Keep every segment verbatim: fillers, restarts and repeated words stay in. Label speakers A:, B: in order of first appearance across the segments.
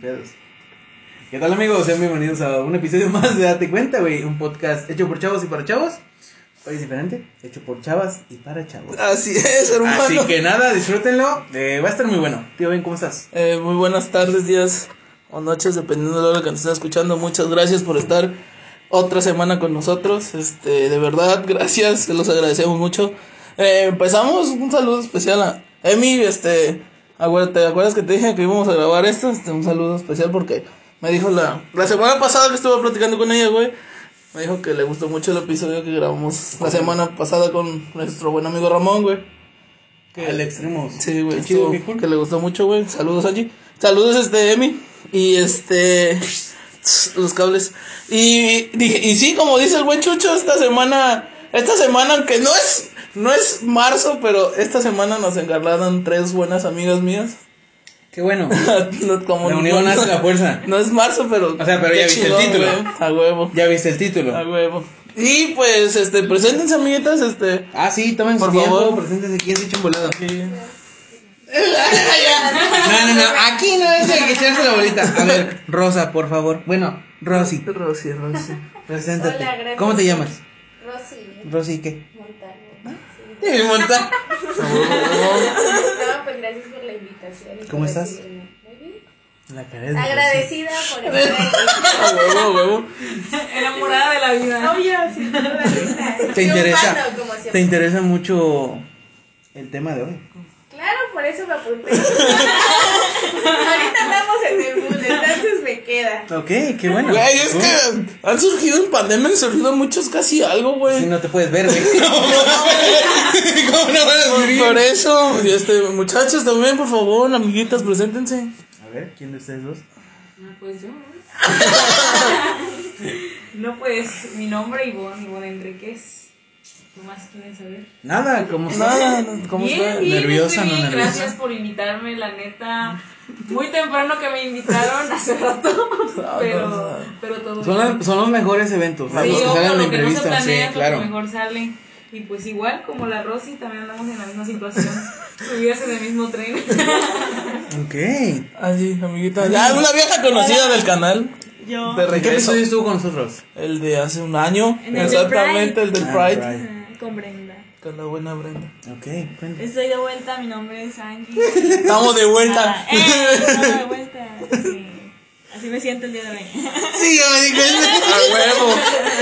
A: ¿Qué tal, amigos? Sean bienvenidos a un episodio más de Date Cuenta, güey. Un podcast hecho por chavos y para chavos. Hoy es diferente, hecho por chavas y para chavos.
B: Así es, hermano.
A: Así que nada, disfrútenlo. Eh, va a estar muy bueno. Tío Ben, ¿cómo estás?
B: Eh, muy buenas tardes, días o noches, dependiendo de la hora que nos estén escuchando. Muchas gracias por estar otra semana con nosotros. Este, de verdad, gracias, se los agradecemos mucho. Eh, empezamos, un saludo especial a Emi, este, acuérdate, ¿te acuerdas que te dije que íbamos a grabar esto? Este, un saludo especial porque me dijo la, la semana pasada que estuve platicando con ella, güey. Me dijo que le gustó mucho el episodio que grabamos la semana pasada con nuestro buen amigo Ramón, güey.
A: Que al extremo.
B: Sí, güey,
A: Qué chido,
B: estuvo-
A: qué cool.
B: que le gustó mucho, güey. Saludos, Angie. Saludos, este, Emi. Y este, los cables. Y dije, y sí, como dice el buen Chucho, esta semana, esta semana, aunque no es, no es marzo, pero esta semana nos engarlaron tres buenas amigas mías.
A: Qué bueno.
B: No, como
A: La unión
B: no,
A: hace la fuerza.
B: No es marzo, pero.
A: O sea, pero
B: qué
A: ya viste el
B: chingón,
A: título.
B: güey. A huevo.
A: Ya viste el título.
B: A huevo. Y pues, este, preséntense, amiguitas, este.
A: Ah, sí, tomen su
B: Por
A: tiempo,
B: favor.
A: preséntense aquí, se echan volado.
B: Sí.
A: No, no, no, aquí no es el que echarse la bolita. A ver, Rosa, por favor. Bueno, Rosy,
B: Rosy, Rosy.
A: preséntate.
C: Hola, gracias.
A: ¿Cómo te llamas?
C: Rosy
A: Rosy, ¿qué?
C: Montaño.
A: Sí, monta.
C: No, pues gracias por la invitación. y
A: ¿Cómo
C: por
A: estás?
C: recibirme. Muy bien.
A: La cara es de
C: Agradecida por estar aquí.
B: A huevo, a huevo.
D: Enamorada de la vida.
C: Obvio, sin duda alguna.
A: ¿Te interesa?
C: Triunfando, como
A: ¿Te
C: siempre.
A: interesa mucho el tema de hoy?
C: Claro, por eso me apunté. Ahorita andamos en el mood, entonces me queda.
A: Ok, qué bueno.
B: Güey, es que han surgido en pandemia, han surgido muchos casi algo, güey.
A: Si no te puedes ver, güey. ¿Cómo no vas a
B: Por,
A: escribir?
B: por eso, y este, muchachos también, por favor, amiguitas, preséntense.
A: A ver, ¿quién de ustedes dos?
D: No, pues yo. No, pues mi nombre Ivonne, Ivonne Enríquez. ¿Qué más quieren saber?
A: Nada, ¿cómo estás?
B: Nada, ¿cómo
D: bien,
B: está?
D: bien,
A: ¿Nerviosa,
D: estoy
A: no
D: bien.
A: nerviosa?
D: Gracias por invitarme, la neta. Muy temprano que me invitaron hace rato. Pero, pero todo
A: Son,
D: bien.
A: los- son los mejores eventos,
D: Sí,
A: los que salen
D: obvio,
A: en la
D: lo que no se
A: entrevista,
D: planea
A: sí,
D: es
A: claro.
D: lo que mejor sale. Y pues igual como la Rosy, también andamos en la misma situación. Subidas en el mismo tren.
A: Ok.
B: Así, amiguita. Ya, una vieja conocida del canal.
D: Yo.
B: De
A: ¿En qué
B: regreso.
A: episodio estuvo con nosotros?
B: El de hace un año.
D: En el del
B: Exactamente,
D: Pride.
B: el del
A: Ah,
B: Pride.
A: Pride.
D: Ajá, con Brenda.
B: Con la buena Brenda.
A: Ok, cuenta.
D: Estoy de vuelta, mi nombre es Angie.
B: Estamos de vuelta.
D: Ah, ¡eh! Estamos de vuelta. Sí. Así me siento el día de hoy.
A: Sí, yo me di cuenta.
B: A huevo.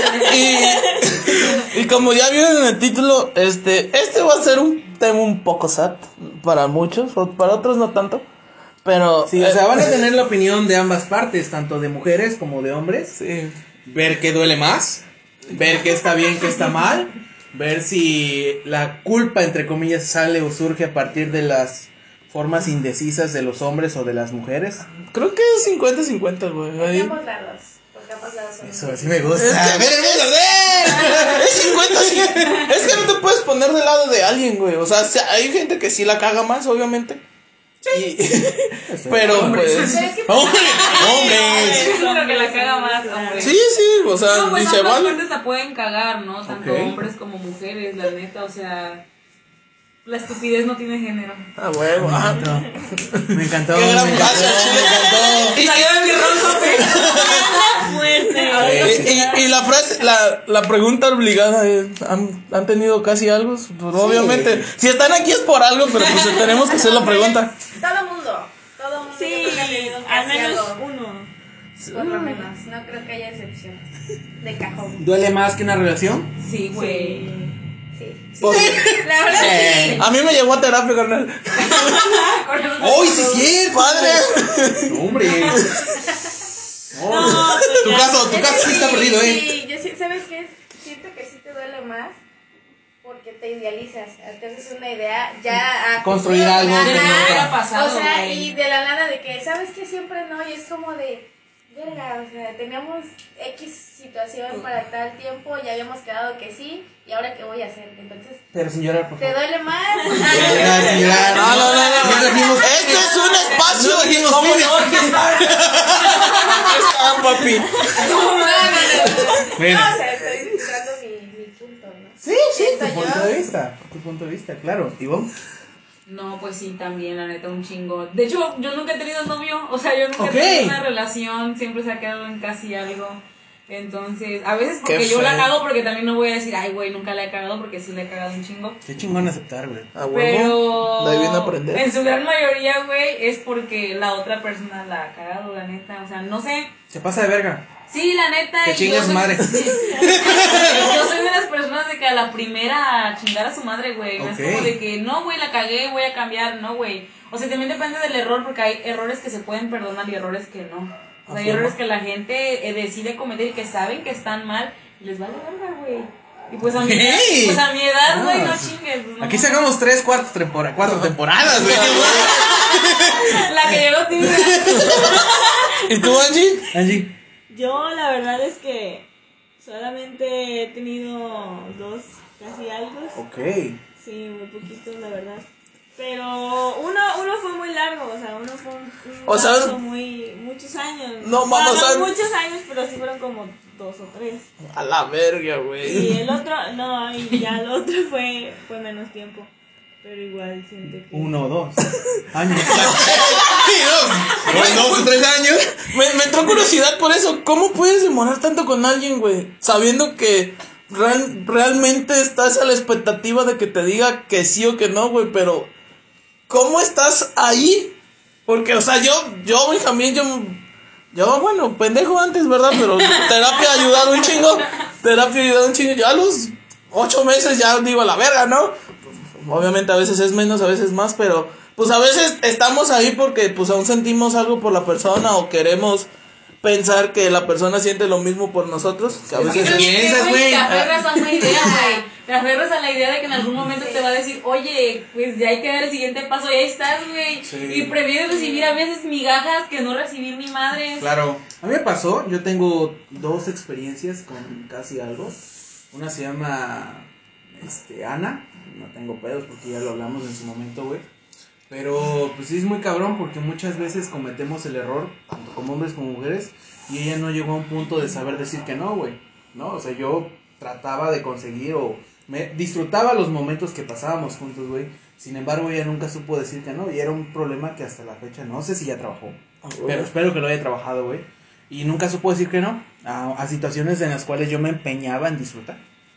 B: Y, y como ya vieron en el título, este, este va a ser un tema un poco sad para muchos, o para otros no tanto. Pero
A: Sí, o sea, van a tener la opinión de ambas partes, tanto de mujeres como de hombres.
B: sí.
A: Ver qué duele más, ver qué está bien, qué está mal, ver si la culpa, entre comillas, sale o surge a partir de las formas indecisas de los hombres o de las mujeres.
B: Creo que es cincuenta cincuenta, güey. Ahí.
C: De ambos lados. Porque ambos lados son.
A: Eso sí me gusta.
B: Es que-
A: A ver, vamos a ver.
B: Es cincuenta cincuenta. Es que no te puedes poner del lado de alguien, güey. O sea, si- hay gente que sí la caga más, obviamente. Sí. Pero
A: Hombres.
B: pues.
C: Pero es que.
A: ¡Hombres! ¡Hombres!
D: Seguro que la caga más, hombre.
B: Sí, sí, o sea,
D: No, pues
B: dice,
D: ambas
B: vale.
D: partes la pueden cagar, ¿no? Tanto
A: Ok.
D: hombres como mujeres, la neta, o sea, la estupidez no tiene género.
B: Ah, huevo.
A: Me
B: ah.
A: encantó. Me encantó.
B: Qué gran
A: me
B: frase,
A: encantó,
B: chile.
A: me encantó.
B: Y,
D: Salió de mi ronco, pero fuerte.
B: y- y- y la frase, la, la pregunta obligada es, ¿han, han tenido casi algo? Pues obviamente, si están aquí es por algo, pero pues tenemos que hacer la pregunta.
C: Todo mundo. Todo mundo.
D: Sí,
C: yo creo que ha tenido
D: al
C: casi
D: menos
C: algo.
D: uno.
C: Por lo menos. No creo que haya excepciones. De cajón.
A: ¿Duele más que una relación?
D: Sí, güey.
C: Sí.
B: Por-
C: La verdad
A: Eh.
C: sí.
B: a mí me llevó a terapia, carnal.
A: ¡Uy, sí es cierto!
B: Padre.
A: No, hombre. No,
D: No,
A: tu caso, tu
C: Es
A: caso
C: que
A: sí está perdido, ¿eh?
C: Sí, yo sí, ¿sabes qué? Siento que sí te duele más porque te idealizas, te haces una idea ya a
A: Construir
C: futuro,
A: algo que
C: ajá,
A: no
D: hubiera pasado,
C: o sea,
D: güey.
C: y de la nada de que, ¿sabes qué? Siempre no, y es como de, verga, o sea, teníamos X situación para tal tiempo, ya habíamos quedado que sí, y ahora qué voy a hacer, entonces,
A: Pero sin llorar, por
C: ¿te
A: favor.
C: duele más?
A: Sin llorar, sin llorar.
B: No, no, no, no.
A: No trajimos-
B: Este es un espacio.
A: No trajimos
B: ¿Cómo
A: pines.
B: no? Aquí está. Aquí está, papi.
C: No, no, no, no,
A: Bueno.
C: no, o sea, estoy dando mi, mi punto, ¿no?
A: Sí, sí, tu
C: Siento
A: punto
C: yo.
A: de vista. Tu punto de vista, claro. ¿Y vos?
D: No, pues sí, también, la neta, un chingo. De hecho, yo nunca he tenido novio, o sea, yo nunca
A: Ok.
D: he tenido una relación, siempre se ha quedado en casi algo. Entonces, a veces porque
B: Qué
D: yo la
B: feo.
D: cago, porque también no voy a decir, ay, güey, nunca la he cagado, porque sí la he cagado un chingo.
A: Qué chingón aceptar, güey.
B: A huevo.
D: Pero
B: De ahí viene a aprender.
D: en su gran mayoría, güey, es porque la otra persona la ha cagado, la neta. O sea, no sé.
A: Se pasa de verga.
D: Sí, la neta.
A: Que
D: y
A: chingue
D: yo
A: a su
D: soy-
A: madre.
D: Yo soy de las personas de que a la primera a chingar a su madre, güey. No
A: Ok.
D: es como de que, no, güey, la cagué, voy a cambiar. No, güey. O sea, también depende del error, porque hay errores que se pueden perdonar y errores que no. O sea, hay errores que la gente eh, decide cometer y que saben que están mal y les vale verga, güey. Y pues a mi edad,
A: Hey.
D: pues a mi edad, güey, no,
A: No,
D: chingues. pues, no
A: Aquí
D: mames.
A: sacamos tres, cuatro, tempora- cuatro temporadas, güey.
D: La que llegó tímida.
B: ¿Y tú, Angie?
A: Angie.
E: Yo la verdad es que solamente he tenido dos casi algo.
A: Ok.
E: Sí, muy poquitos, la verdad. Pero uno, uno fue muy largo, o sea, uno fue un, un
B: O sea,
E: lapso muy, muchos años.
B: no,
E: Bueno,
B: vamos a-
E: no muchos años, pero sí fueron como dos o tres.
B: A la verga,
E: Y
B: güey.
E: el otro, no, y ya el otro fue, fue menos tiempo. Pero igual siento que...
A: Uno o dos años. Sí, dos. Dos, dos o tres años.
B: Me, me entró curiosidad por eso. ¿Cómo puedes demorar tanto con alguien, güey? Sabiendo que real- realmente estás a la expectativa de que te diga que sí o que no, güey. Pero, ¿cómo estás ahí? Porque, o sea, yo, yo, Benjamín, yo, yo, bueno, pendejo antes, ¿verdad? Pero terapia ha ayudado un chingo. Terapia ha ayudado un chingo. Ya a los ocho meses ya digo a la verga, ¿no? Obviamente a veces es menos, a veces más, pero pues a veces estamos ahí porque pues aún sentimos algo por la persona o queremos pensar que la persona siente lo mismo por nosotros, que a
A: Es
B: veces
A: que
B: es-
A: piensas, güey.
D: Te aferras a una idea, güey. Te aferras a la idea de que en algún momento te va a decir, oye, pues ya hay que dar el siguiente paso, y ahí estás, güey.
A: Sí.
D: Y prefieres recibir a veces migajas que no recibir ni madres.
A: Claro. A mí me pasó, yo tengo dos experiencias con casi algo. Una se llama este, Ana. No tengo pedos porque ya lo hablamos en su momento, güey. Pero pues sí es muy cabrón porque muchas veces cometemos el error, tanto como hombres como mujeres, y ella no llegó a un punto de saber decir que no, güey. ¿No? O sea, yo trataba de conseguir o me disfrutaba los momentos que pasábamos juntos, güey. Sin embargo, ella nunca supo decir que no y era un problema que hasta la fecha no sé si ya trabajó, pero espero que lo haya trabajado, güey. Y nunca supo decir que no a, a situaciones en las cuales yo me empeñaba en disfrutar.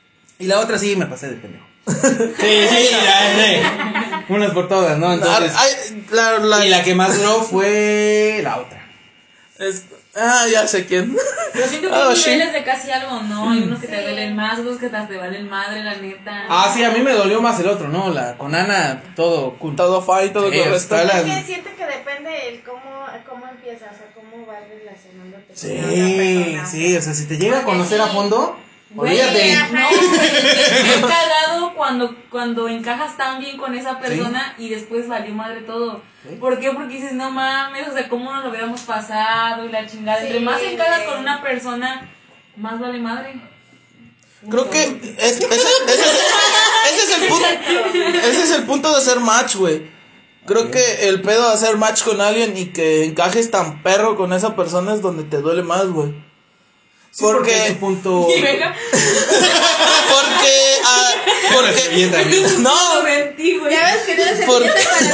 A: Y la otra sí me pasé de pendejo. Sí, sí, ya, sí. Unas por todas, ¿no? Entonces,
B: Ay, la, la-
A: y la que más duró fue la otra.
B: es- ah, ya sé quién.
D: Yo siento que
B: Ah,
D: hay
B: sí.
D: niveles de casi algo, ¿no? Hay unos que te
C: Sí.
D: duelen más, otros que te valen madre, la neta.
A: Ah, sí, a mí me dolió más el otro, ¿no? La con Ana, todo cool.
B: Todo fine, todo
A: Sí,
B: correcto.
A: está la-
C: Es que siento que depende el cómo, cómo empieza, o sea, cómo vas relacionándote con la otra
A: Sí,
C: persona.
A: sí, o sea, si te llega a conocer a fondo,
D: Güey,
A: olvídate.
D: no, güey, he cagado cuando, cuando encajas tan bien con esa persona y después valió madre todo.
A: Sí.
D: ¿Por qué? Porque dices, no mames, o sea, cómo nos lo hubiéramos pasado y la chingada. Entre
C: Sí,
D: más encajas
C: güey.
D: con una persona, más vale madre.
B: Creo que es- ese, ese es, ese es el punto. Ese es el punto de hacer match, güey. Creo que el pedo de hacer match con alguien y que encajes tan perro con esa persona es donde te duele más, güey.
A: Sí, porque
B: Porque-
A: es un punto.
D: Y venga,
B: Porque, ah, porque,
A: Yo también.
B: no,
D: mentí, güey.
C: Ya ves que no eres
B: Por-
C: empieza para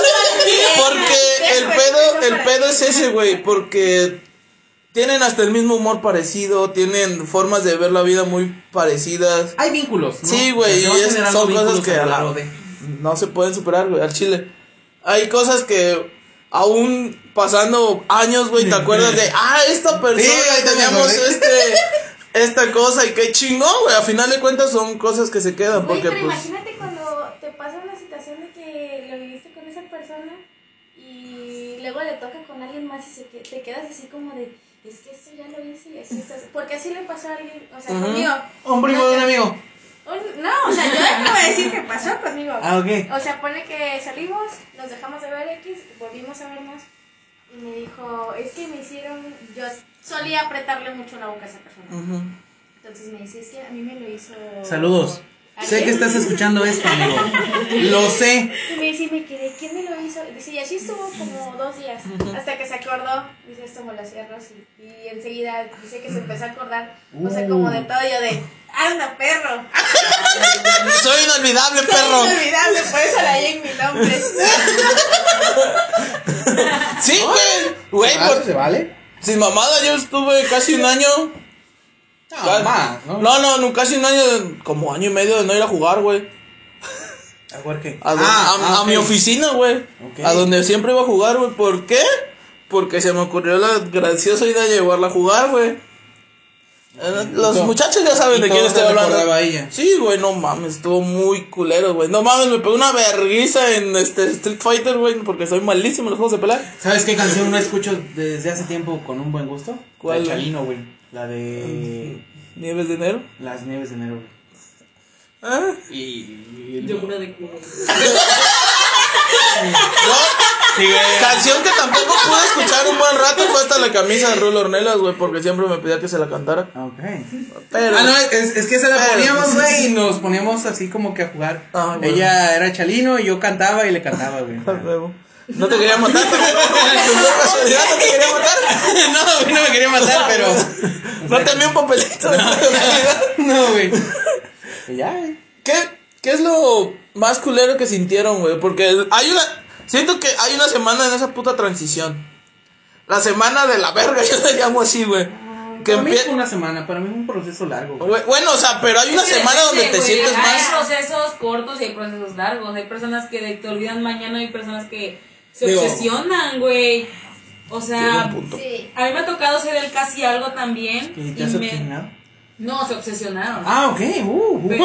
B: porque el pedo, el pedo es ese, güey, porque tienen hasta el mismo humor parecido, tienen formas de ver la vida muy parecidas.
A: Hay vínculos, ¿no?
B: Sí, güey,
A: O sea, se van
B: y es-
A: generando
B: son cosas
A: vínculos
B: que
A: a lo
B: a la-
A: largo de-
B: no se pueden superar, güey, al chile. Hay cosas que aún pasando años, güey, te acuerdas de, ah, esta persona,
A: Sí, ahorita me
B: teníamos
A: acordé.
B: este, esta cosa y qué chingón, güey, a final de cuentas son cosas que se quedan,
C: Güey,
B: porque
C: pero
B: pues,
C: imagínate cuando te pasa una situación de que lo viviste con esa persona y luego le toca con alguien más y se que, te quedas así como de, es que esto ya lo hice y así estás. Porque así le pasó a alguien, o sea,
B: Ujú.
C: conmigo.
A: Un primo de un amigo.
C: Un- no, o sea, yo no voy a decir qué pasó conmigo.
A: Ah, ok.
C: O sea, pone que salimos, nos dejamos de ver X, volvimos a vernos y me dijo, es que me hicieron, yo solía apretarle mucho la boca a esa persona.
B: ujú.
C: Entonces me dice, es que a mí me lo hizo...
A: Saludos. Sé que estás escuchando esto, amigo. Lo sé.
C: Y me dice, me quedé, ¿quién me lo hizo? Dice, y así estuvo como dos días, hasta que se acordó. Dice, esto me lo hacía Rosy. Y enseguida dice que se empezó a acordar, o sea, como de todo, yo de, anda, perro.
B: Soy inolvidable,
C: Soy
B: perro.
C: inolvidable, por eso la hay en mi nombre.
B: Sí, güey. Güey,
A: ¿Se vale?
B: por-
A: ¿Se vale?
B: sin mamada, yo estuve casi un año.
A: No, más, ¿no?
B: No, no, no, casi un año, como año y medio de no ir a jugar, güey.
A: ¿A jugar qué?
B: A, do-
A: Ah,
B: a-
A: ah,
B: a
A: ok.
B: mi oficina, güey.
A: Ok.
B: A donde siempre iba a jugar, güey. ¿Por qué? Porque se me ocurrió la graciosa idea de llevarla a jugar, güey. Eh, Los
A: todo-
B: muchachos ya saben
A: y
B: de quién
A: todo
B: estoy
A: te
B: hablando.
A: recordaba a ella.
B: Sí, güey, no mames, estuvo muy culero, güey. No mames, me pegó una verguiza en este Street Fighter, güey, porque soy malísimo en los juegos de pelea.
A: ¿Sabes qué canción no escucho desde hace tiempo con un buen gusto?
B: ¿Cuál,
A: La de
B: güey?
A: Chalino, güey. La de
B: Nieves de enero.
A: Las Nieves de Enero, güey.
B: ¿Ah?
A: Y, y-
D: Yo creo de que.
A: Sí, güey.
B: Canción que tampoco pude escuchar un buen rato fue hasta la camisa de Rulo Ornelas, güey, porque siempre me pedía que se la cantara.
A: Ok.
B: Pero,
A: Ah, no, es, es que se la
B: pero-
A: poníamos, güey, y nos poníamos así como que a jugar.
B: Ah, bueno.
A: Ella era Chalino y yo cantaba y le cantaba, güey.
B: a huevo. No te quería matar también. Por casualidad no te quería matar.
A: No, güey, no me quería matar, pero.
B: No te envié un papelito.
A: No, güey. Y ya, güey.
B: ¿Qué, ¿Qué es lo más culero que sintieron, güey? Porque hay una... Siento que hay una semana en esa puta transición. La semana de la verga, yo la llamo así, güey. Que
A: Para mí
B: empie-
A: fue una semana, para mí fue un proceso largo, güey.
B: Güey, bueno, o sea, pero hay una
D: Es que
B: semana donde
D: depende,
B: te
D: güey.
B: sientes
D: Hay
B: más...
D: procesos cortos y hay procesos largos. Hay personas que de- te olvidan mañana, hay personas que se
A: Digo,
D: obsesionan, güey. O
B: Tiene
D: sea,
B: un punto.
C: Sí.
D: a mí me ha tocado ser el casi algo también.
A: ¿Y te
D: y
A: has
D: me-
A: obsesionado?
D: No, se obsesionaron.
A: Ah, ok. Uh, uh.
D: Pero-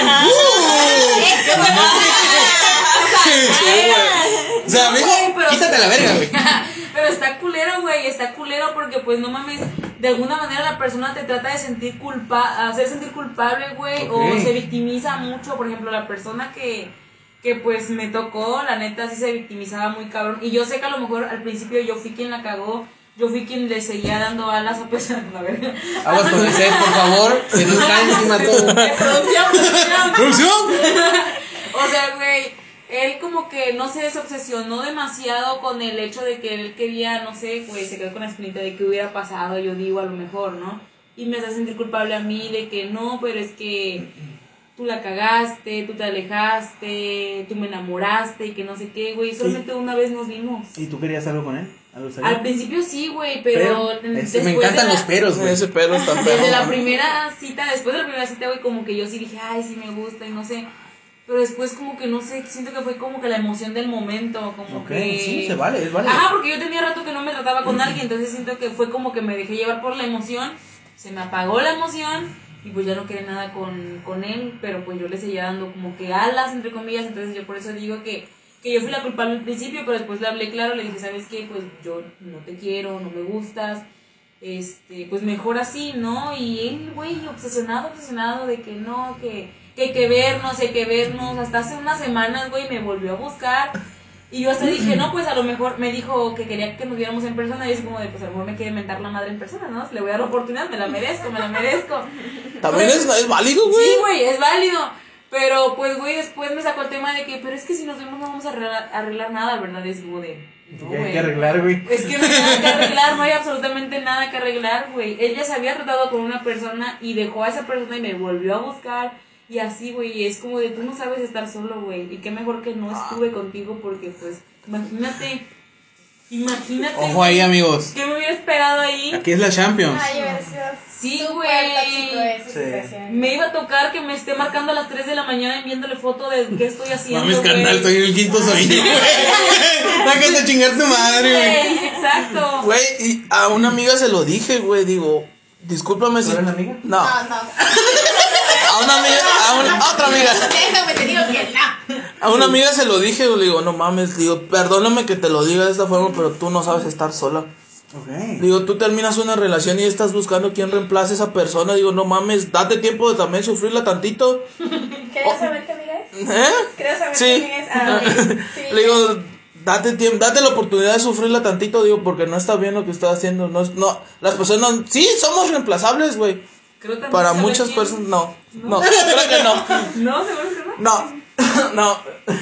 A: O sea, amigo,
D: güey, pero-
A: quítate la verga, güey.
D: Pero está culero, güey, está culero porque pues no mames, de alguna manera la persona te trata de sentir culpa, hacer sentir culpable, güey,
A: Ok.
D: o se victimiza mucho, por ejemplo, la persona que que pues me tocó, la neta sí se victimizaba muy cabrón, y yo sé que a lo mejor al principio yo fui quien la cagó, yo fui quien le seguía dando alas a pesar de la verga.
A: Aguas con el set, por favor. Que nos cae encima todo.
D: Producción, producción.
A: ¡Producción!
D: O sea, güey, él como que, no sé, se obsesionó demasiado con el hecho de que él quería, no sé, güey, se quedó con la espinita de que hubiera pasado, yo digo, a lo mejor, ¿no? Y me hace sentir culpable a mí de que no, pero es que tú la cagaste, tú te alejaste, tú me enamoraste y que no sé qué, güey, solamente una vez nos vimos.
A: ¿Y tú querías algo con él? ¿Algo serio?
D: Al principio sí, güey, pero,
A: Pero, es-
D: después
A: me encantan
D: de la-
A: los peros, güey.
B: Ese pelo está
D: Desde
B: perro.
D: la primera cita, después de la primera cita, güey, como que yo sí dije, ay, sí me gusta y no sé. Pero después como que no sé, siento que fue como que la emoción del momento, como
A: Ok,
D: que...
A: sí, se vale, es válido.
D: Ajá, porque yo tenía rato que no me trataba con alguien, entonces siento que fue como que me dejé llevar por la emoción, se me apagó la emoción y pues ya no quería nada con, con él, pero pues yo le seguía dando como que alas, entre comillas, entonces yo por eso digo que, que yo fui la culpable al principio, pero después le hablé claro, le dije, ¿sabes qué? Pues yo no te quiero, no me gustas, este, pues mejor así, ¿no? Y él, güey, obsesionado, obsesionado de que no, que, que hay que vernos, hay que vernos, hasta hace unas semanas, güey, me volvió a buscar. Y yo hasta dije, no, pues a lo mejor me dijo que quería que nos viéramos en persona. Y es como de, pues a lo mejor me quiere mentar la madre en persona, ¿no? Le voy a dar la oportunidad, me la merezco, me la merezco.
B: También es, es válido, güey.
D: Sí, güey, es válido. Pero, pues, güey, después me sacó el tema de que, pero es que si nos vemos no vamos a arreglar, arreglar nada, ¿verdad? Es como de, no,
A: ¿Qué hay
D: güey.
A: que arreglar, güey?
D: Es que no hay nada que arreglar, no hay absolutamente nada que arreglar, güey. Él ya se había tratado con una persona y dejó a esa persona y me volvió a buscar. Y así, güey, y es como de, tú no sabes estar solo, güey. Y qué mejor que no estuve contigo porque, pues, imagínate, imagínate.
A: Ojo ahí, amigos.
D: ¿Qué me hubiera esperado ahí?
A: Aquí es la Champions.
C: Ay, hubiera sido
D: Sí,
C: súper
D: güey.
C: tóxico esa
A: Sí.
C: situación.
D: Me iba a tocar que me esté marcando a las tres de la mañana enviándole foto de qué estoy haciendo,
A: Mames,
D: güey.
A: carnal, estoy en el quinto sueño, güey. Sácate a chingar tu madre, güey.
D: Güey, exacto.
B: Güey, y a una amiga se lo dije, güey, digo, discúlpame si...
A: ¿Tú eres la amiga?
B: No,
C: No, no.
B: a una amiga, a, una, a otra amiga.
C: Déjame, te digo que no.
B: A una amiga se lo dije, le digo, no mames, digo, perdóname que te lo diga de esta forma, pero tú no sabes estar sola.
A: Ok.
B: Digo, tú terminas una relación y estás buscando quién reemplace a esa persona. Digo, no mames, date tiempo de también sufrirla tantito.
C: ¿Quieres saber qué amiga es?
B: ¿Eh?
C: ¿Quieres saber
B: Sí.
C: qué amiga es? Ah, ok. Sí.
B: Le digo, date tiempo, date la oportunidad de sufrirla tantito, digo, porque no está bien lo que estás haciendo. No, es- no, las personas, sí, somos reemplazables, güey.
D: Creo también
B: Para
D: saber
B: muchas
D: quién-
B: personas, no, no, creo que no.
D: No, seguro que no.
B: No, no.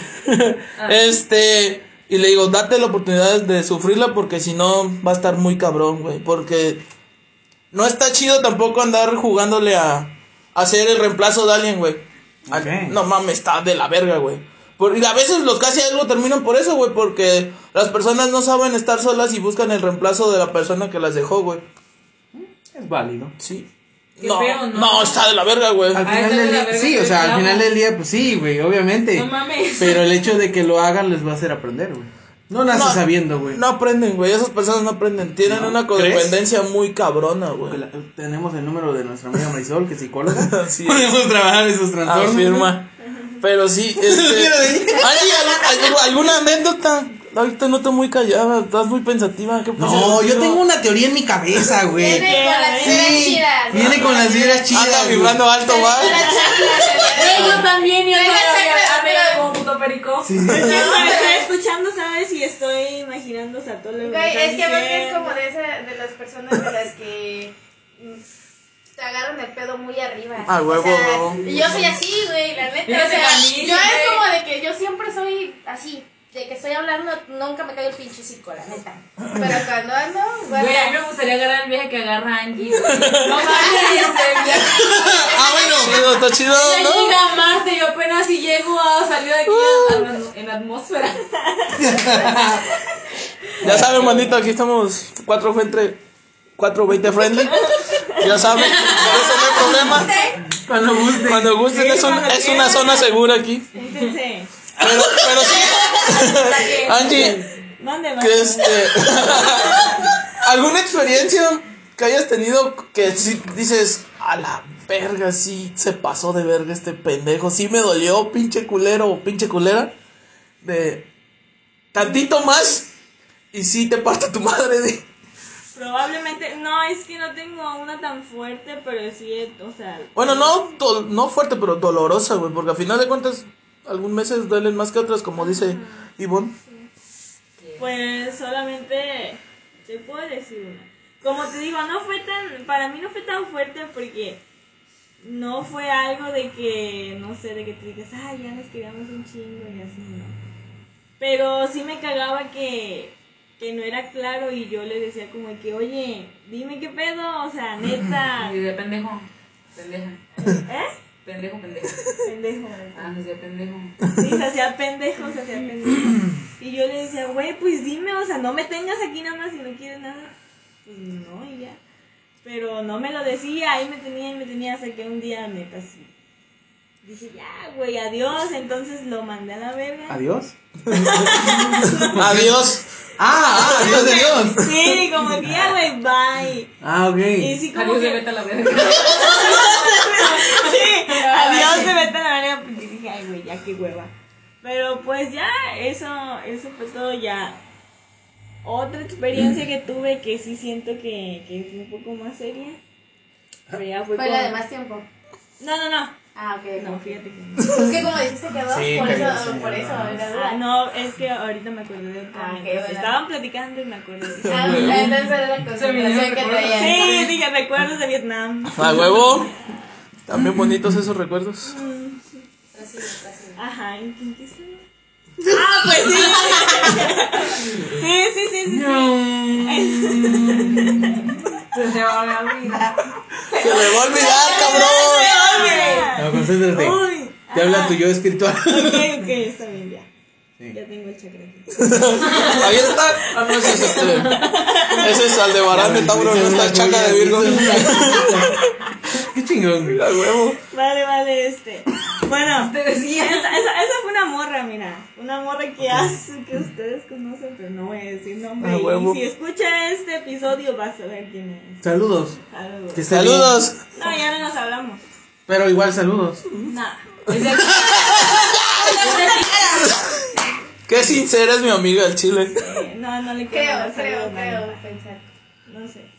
B: Este, y le digo, date la oportunidad de sufrirla porque si no va a estar muy cabrón, güey. Porque no está chido tampoco andar jugándole a, a ser el reemplazo de alguien, güey.
A: Ok.
B: No mames, está de la verga, güey. Por- y a veces los casi algo terminan por eso, güey. Porque las personas no saben estar solas y buscan el reemplazo de la persona que las dejó, güey.
A: Es válido.
B: Sí.
D: Qué
B: No,
D: feo, ¿no?
B: no, está de la verga, güey.
A: Al
D: Ah,
A: final
D: está de
A: del
D: la
A: día,
D: verga
A: sí,
D: que
A: o sea, al
D: clavo.
A: final del día, pues sí, güey, obviamente.
D: No mames.
A: Pero el hecho de que lo hagan les va a hacer aprender, güey. No naces
B: No,
A: sabiendo, güey.
B: No aprenden, güey. Esas personas no aprenden. Tienen
A: ¿No?
B: una codependencia muy cabrona, güey.
A: La- Tenemos el número de nuestra amiga Marisol, que es psicóloga.
B: Sí.
A: Podemos trabajar esos trastornos.
B: Afirma. Pero sí, este. Angie, ¿algu- algu- ¿alguna anécdota? Ahorita no estoy muy callada, estás muy pensativa. ¿Qué pasa
A: No, yo
B: contigo?
A: tengo una teoría en mi cabeza, güey.
C: Viene con las
A: Sí,
C: ideas chidas.
A: viene con las ideas chidas.
B: Anda
A: güey.
B: vibrando alto, va.
D: Güey, yo también, y yo
C: Venga,
D: a
C: sácala,
D: pegar como puto perico.
A: Sí, sí.
E: No, estoy escuchando, ¿sabes? Y estoy imaginando, o sea, todo lo que me
C: Güey,
E: están
C: es que ves que es
E: diciendo.
C: como de, esa, de las personas de las que mm, te agarran el pedo muy arriba.
B: Ah, huevo,
C: o sea,
B: huevo.
C: y yo soy así, güey, la neta.
D: Fíjate
C: O sea,
D: que a mí
C: yo
D: siempre-
C: es como de que yo siempre soy así. De que estoy hablando, nunca me cae el pinche cico, la neta. Pero cuando ando,
D: Güey, a mí
C: guarda.
D: me gustaría agarrar el viaje que agarra Angie. güey. No mames, el viaje.
A: Ah, bueno.
B: Chido, está chido,
D: Ella
B: ¿no?
D: llega a Marte, yo apenas si llego a salir de aquí a- a- en la atmósfera.
B: Ya saben, manito, aquí estamos cuatro entre cuatro veinte friendly. Ya saben, eso no hay problema.
A: Cuando guste.
B: Cuando gusten, es, un- es una zona segura aquí.
E: Entonces,
B: Pero, pero sí. Angie,
E: ¿dónde vas?
B: que este. ¿Alguna experiencia que hayas tenido que sí dices, a la verga, sí se pasó de verga este pendejo? Sí me dolió, pinche culero o pinche culera. De tantito más y sí te parta tu madre de.
E: Probablemente, no, es que no tengo una tan fuerte, pero sí, o sea.
B: Bueno, no, do- no fuerte, pero dolorosa, güey, porque al final de cuentas, algunos meses duelen más que otros, como dice Ivonne.
E: Pues solamente te puedo decir una. Como te digo, no fue tan, para mí no fue tan fuerte porque no fue algo de que, no sé, de que te digas, ay, ya nos queríamos un chingo y así, no. Pero sí me cagaba que, que no era claro y yo le decía como que, oye, dime qué pedo, o sea, neta.
D: Y de pendejo. Pendeja.
E: ¿Eh?
D: Pendejo, pendejo.
E: Pendejo.
D: Ah, no sea pendejo.
E: Sí, se hacía pendejo, se hacía pendejo. Y yo le decía, güey, pues dime, o sea, no me tengas aquí nada más si no quieres nada. Pues no, y ya. Pero no me lo decía, ahí me tenía y me tenía hasta que un día, neta, sí. Dije, ya, güey, adiós. Entonces lo mandé a la verga.
A: Adiós.
B: Adiós.
A: Ah, ah, adiós de Dios.
E: Sí, como que ya, güey, bye.
A: Ah, ok.
E: Y sí, como
D: Adiós
E: que.
D: de vete a la verga.
E: Sí, adiós, se vete a la verga. Porque dije, ay, güey, ya qué hueva. Pero pues ya, eso, eso fue todo ya. Otra experiencia que tuve que sí siento que, que fue un poco más seria. Pero ya fue
C: Fue
E: con-
C: la de más tiempo.
E: No, no, no.
C: Ah, ok.
E: No,
C: ok.
E: fíjate que no.
C: Es que como dijiste que dos,
A: Sí,
C: por
A: que
C: eso,
A: había señal,
C: por eso,
A: ¿no?
C: era
E: Ah,
C: duda.
E: no, es que ahorita me acordé de otra.
C: Ah, ok,
E: mientras
C: ¿verdad?
E: estaban platicando y me acordé. Dije,
C: Ah, entonces era la concentración que traía.
E: sí, dije, recuerdos de Vietnam.
B: A huevo. También bonitos esos recuerdos.
E: Ajá, ¿en qué, en qué estaba? Ah, pues sí. Sí, sí, sí, sí.
D: Se me va a olvidar.
B: Se me va a olvidar, cabrón.
A: No, concéntrate.
E: Uy.
A: Te habla
E: ajá.
A: tu yo espiritual.
E: Ok, ok, está bien, ya.
A: Sí.
E: Ya tengo el chakra aquí.
B: Ahí está. Ah, no, ese es este. Ese es Aldebarán de Tauro, no está el Chaca de Virgo.
A: Qué chingón, güey.
B: A huevo.
E: Vale, vale, este. Bueno,
D: Te decía.
E: esa, esa, esa fue una morra, mira. Una morra que hace, que ustedes conocen, pero no voy a decir nombre.
B: A huevo.
E: Y si escucha este episodio, vas a ver quién es.
A: Saludos.
E: Saludos.
A: Que esté
B: Saludos.
E: No, ya no nos hablamos.
A: bien. Pero igual saludos.
E: Nada.
D: Es de aquí.
B: Qué sincera es mi amiga del Chile.
E: Eh, no, no le quiero
C: Creo,
E: mandar
C: creo,
E: saludos a nadie.
C: creo, pensar.
E: No sé.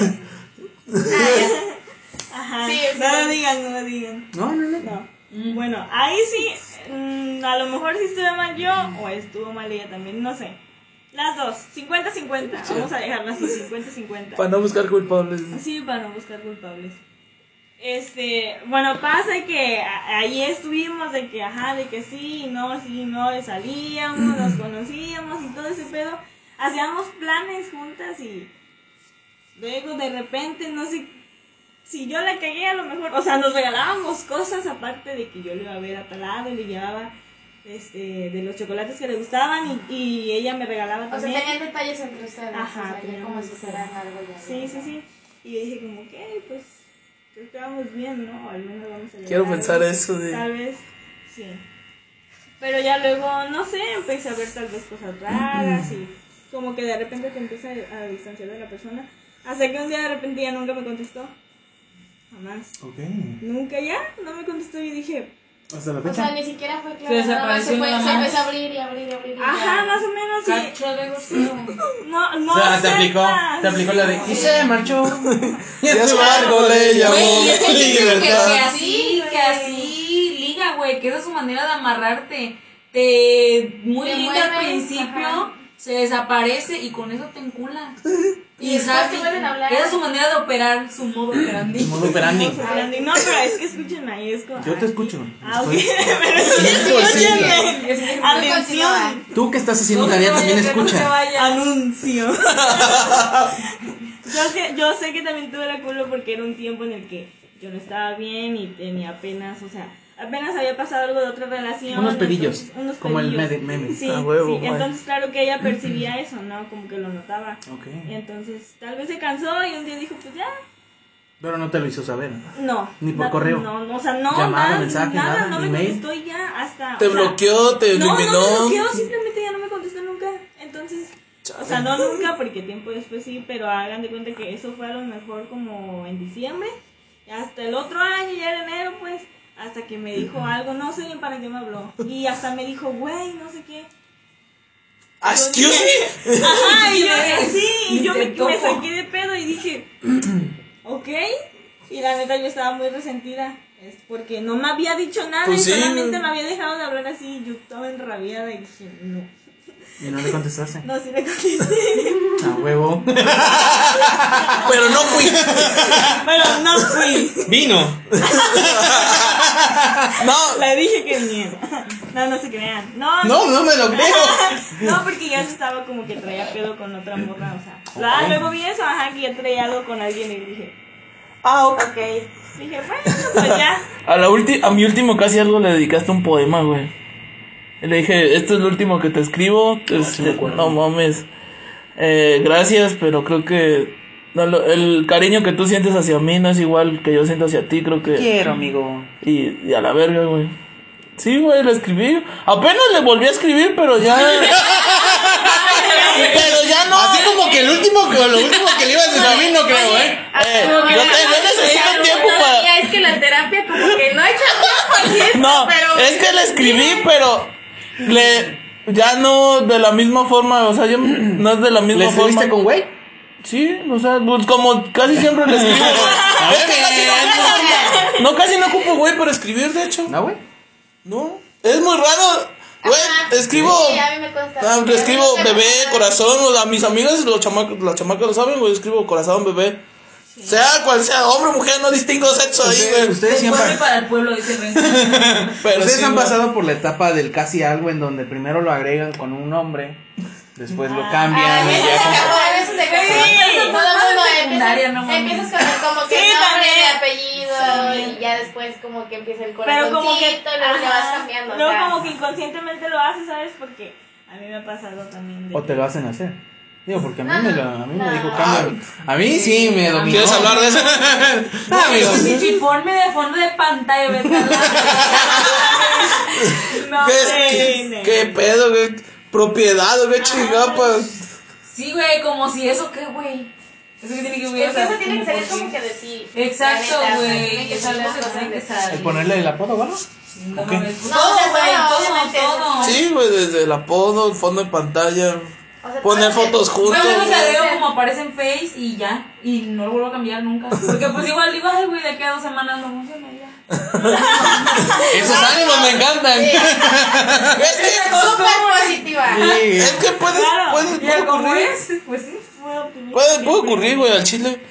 C: Ah,
E: Ajá.
C: Sí, sí,
E: no lo
C: sí.
E: digan, no lo digan.
A: No, no, no.
E: No. Bueno, ahí sí, mm, a lo mejor sí estuve mal yo o estuvo mal ella también, no sé. Las dos, cincuenta cincuenta, vamos a dejarlo así, cincuenta cincuenta.
B: Para no buscar culpables.
E: Sí, para no buscar culpables. Este, bueno, pasa que a- ahí estuvimos de que, ajá, de que sí, no, sí, no, salíamos, nos conocíamos y todo ese pedo. Hacíamos planes juntas y luego de repente, no sé, si yo la cagué a lo mejor, o sea, nos regalábamos cosas aparte de que yo le iba a ver a tal lado y le llevaba este, de los chocolates que le gustaban y, y ella me regalaba
C: O sea,
E: también.
C: tenían detalles entre ustedes.
E: Ajá,
C: o sea, ya
E: teníamos
C: como si
E: detalles.
C: fueran algo ya.
E: Sí, sí, sí. Y yo dije como que, pues, creo que vamos bien, ¿no? Al menos vamos a llegar
B: Quiero
E: a
B: pensar
E: algo.
B: eso de...
E: Tal vez, sí. Pero ya luego, no sé, empecé a ver tal vez cosas raras y como que de repente te empieza a distanciar de la persona. Hasta que un día de repente ya nunca me contestó. Jamás.
A: Ok.
E: Nunca ya, no me contestó y dije...
A: Hasta la
C: O
A: fecha.
C: sea, ni siquiera fue claro.
D: Se desapareció
C: nada más se, fue, se
D: nuevamente.
C: empezó a abrir y abrir y abrir. Y
E: Ajá,
C: ya.
E: más o menos. Y...
D: Cacho de goceo.
E: No, no
A: O sea, te aplicó,
E: aceptas.
A: te aplicó la de. Y se marchó.
B: Ya es largo, le llamó.
D: Güey, es que hay gente que, que
B: Libertad.
D: así, que así liga, güey, que esa es su manera de amarrarte. Te muy
C: Te
D: linda al
C: mueves,
D: principio,
C: ajá.
D: se desaparece y con eso te encula.
C: Y después
D: sabes,
C: te vuelven a hablar.
D: esa es su manera de operar, su modo operandi.
A: Modo operandi.
E: Vamos a grande. No, pero es que escúchenme ahí, es como...
A: Yo te escucho.
E: Ah, ok.
A: Estoy
E: Pero
A: cien por ciento.
E: escúchenme. Atención.
A: Tú que estás haciendo
D: No,
A: tarea
D: no,
A: también
D: que no se
A: escucha.
D: vaya.
E: Anuncio. yo, sé, yo sé que también tuve la culpa porque era un tiempo en el que yo no estaba bien y tenía apenas, o sea, apenas había pasado algo de otra relación.
A: Unos pedillos,
E: entonces, unos
A: como el
E: pedillos.
A: meme- meme.
E: Sí,
B: A huevo,
E: sí.
B: güey.
E: Entonces, claro que ella percibía eso, ¿no? Como que lo notaba.
A: Ok.
E: Y entonces, tal vez se cansó y un día dijo, pues ya.
A: Pero no te lo hizo saber.
E: No.
A: Ni por
E: na-
A: correo.
E: No, no, o sea, no.
A: Llamada,
E: nada,
A: mensaje,
E: nada,
A: nada,
E: no me
A: email.
E: contestó y ya hasta.
B: Te
E: o sea,
B: bloqueó, te
E: no,
B: eliminó.
E: no me bloqueó, simplemente ya no me contestó nunca. Entonces, o sea, no nunca, porque tiempo después sí, pero hagan de cuenta que eso fue a lo mejor como en diciembre. Y hasta el otro año, ya en enero, pues, hasta que me dijo algo, no sé bien para qué me habló. Y hasta me dijo, güey, no sé qué.
B: Excuse me.
E: Ajá, y yo
D: ¿Quién eres?
E: así, y yo
D: Te
E: me, me
D: topo.
E: saqué de pedo y dije, ok. Y la neta yo estaba muy resentida. Es porque no me había dicho nada
B: Pues
E: y
B: sí.
E: solamente me había dejado de hablar así. Y yo estaba enrabiada y dije, no.
A: Y no le contestaste.
E: No, sí le contesté.
A: A huevo.
B: Pero no fui.
E: Pero no fui.
A: Vino.
B: No.
E: Le dije que viniera. No, no se crean. No,
A: No, no me lo creo.
E: No, porque ya se estaba como que traía pedo con otra morra, o sea. la- Luego vi eso, ajá, que ya traía algo con alguien y dije,
B: Ah, ok.
E: ok. Dije, bueno, pues ya.
B: A, la ulti a mi último casi algo le dedicaste un poema, güey. Y le dije, esto es lo último que te escribo. Este, no mames. Eh, gracias, pero creo que no, lo- el cariño que tú sientes hacia mí no es igual que yo siento hacia ti, creo que...
A: Quiero, amigo.
B: Y, y a la verga, güey. Sí, güey, le escribí. Apenas le volví a escribir, pero ya... pero ya no...
A: Así como que el último, que lo último que le ibas a escribir, no creo, ¿eh?
B: Eh, yo, te- yo necesito un tiempo para...
C: Todavía es que la terapia como que no ha hecho tiempo y esto,
B: No,
C: pero...
B: es que le escribí, pero le ya no de la misma forma, o sea, yo no es de la misma
A: ¿Le escribiste
B: forma.
A: con güey?
B: Sí, o sea, pues como casi siempre le escribo.
A: A
B: Es que casi
A: ver,
B: no, no, casi no ocupo güey para escribir, de hecho.
A: ¿no, güey?
B: No, es muy raro. Güey,
C: Ajá.
B: escribo
C: Sí, a mí me consta.
B: ah, le escribo
C: A mí me
B: bebé,
C: consta.
B: corazón, o a mis amigas, los chamacos, las chamacas lo saben, güey, escribo corazón, bebé. Sea cual sea, hombre, mujer, no distingo sexo ahí,
A: Ustedes,
B: güey.
A: ustedes
D: El
A: siempre.
D: pueblo para el pueblo, dice el Renzo.
B: Pero
A: Ustedes
B: sí,
A: han
B: güey.
A: pasado por la etapa del casi algo en donde primero lo agregan con un nombre, después lo cambian
C: Ah,
A: y
C: eso
A: ya
C: se
A: con-
C: acabó, eso se acabó.
D: Sí, eso
C: Todo
D: fue
C: el mundo
D: en secundaria,
C: empieza-
D: no mames.
C: empiezas con el como que
E: Sí,
C: el nombre
E: también.
C: y apellido y ya después como que empieza el
E: Pero
C: corazoncito
E: como que.
C: y luego le vas
E: ajá,
C: cambiando. o
E: Luego
C: sea.
E: como que inconscientemente lo haces, ¿sabes? Porque a mí me ha pasado también. De
A: o te lo hacen hacer. Digo, porque a mí
C: No,
A: me,
C: no,
A: lo, a mí me
C: no.
A: dijo cambio. A mí sí me dominó.
B: ¿Quieres hablar de eso?
A: Ah, amigo.
D: Y ponme de fondo de pantalla, vete a la- No,
B: ¿Qué,
E: sé.
B: qué, qué pedo, qué propiedad, o qué chingapas?
D: Sí, güey, como si eso, ¿qué, güey? Eso que tiene que ver.
C: Es que eso tiene que ser como que de ti.
D: Exacto,
C: la neta, o sea,
D: güey,
C: tiene que
D: es
C: ser
D: algo
C: las
D: que
C: cosas
D: tiene que
C: de
D: salir.
A: ¿El ponerle el apodo, bueno?
D: No
A: Ok.
D: mames,
C: No,
D: todo,
C: o sea,
D: güey,
C: todo,
D: todo,
C: obviamente,
D: todo.
B: Sí, güey, desde el apodo, el fondo de pantalla,
C: O sea,
B: poner
C: todo-
B: fotos juntos.
D: Bueno, yo
B: güey.
D: le agrego como aparece en Face y ya. Y no lo vuelvo a cambiar nunca. Porque pues igual digo, ay, güey, de aquí a dos semanas no funciona y ya.
A: Esos ánimos me encantan.
C: Sí.
B: Es que,
C: Súper positiva.
A: Sí.
B: es que puede,
E: Claro.
B: puede,
D: Ya,
B: puede
D: ¿cómo
B: ocurrir.
D: es? Pues sí.
E: Fue optimista
B: Puede, puede
E: siempre.
B: ocurrir, güey, al chile.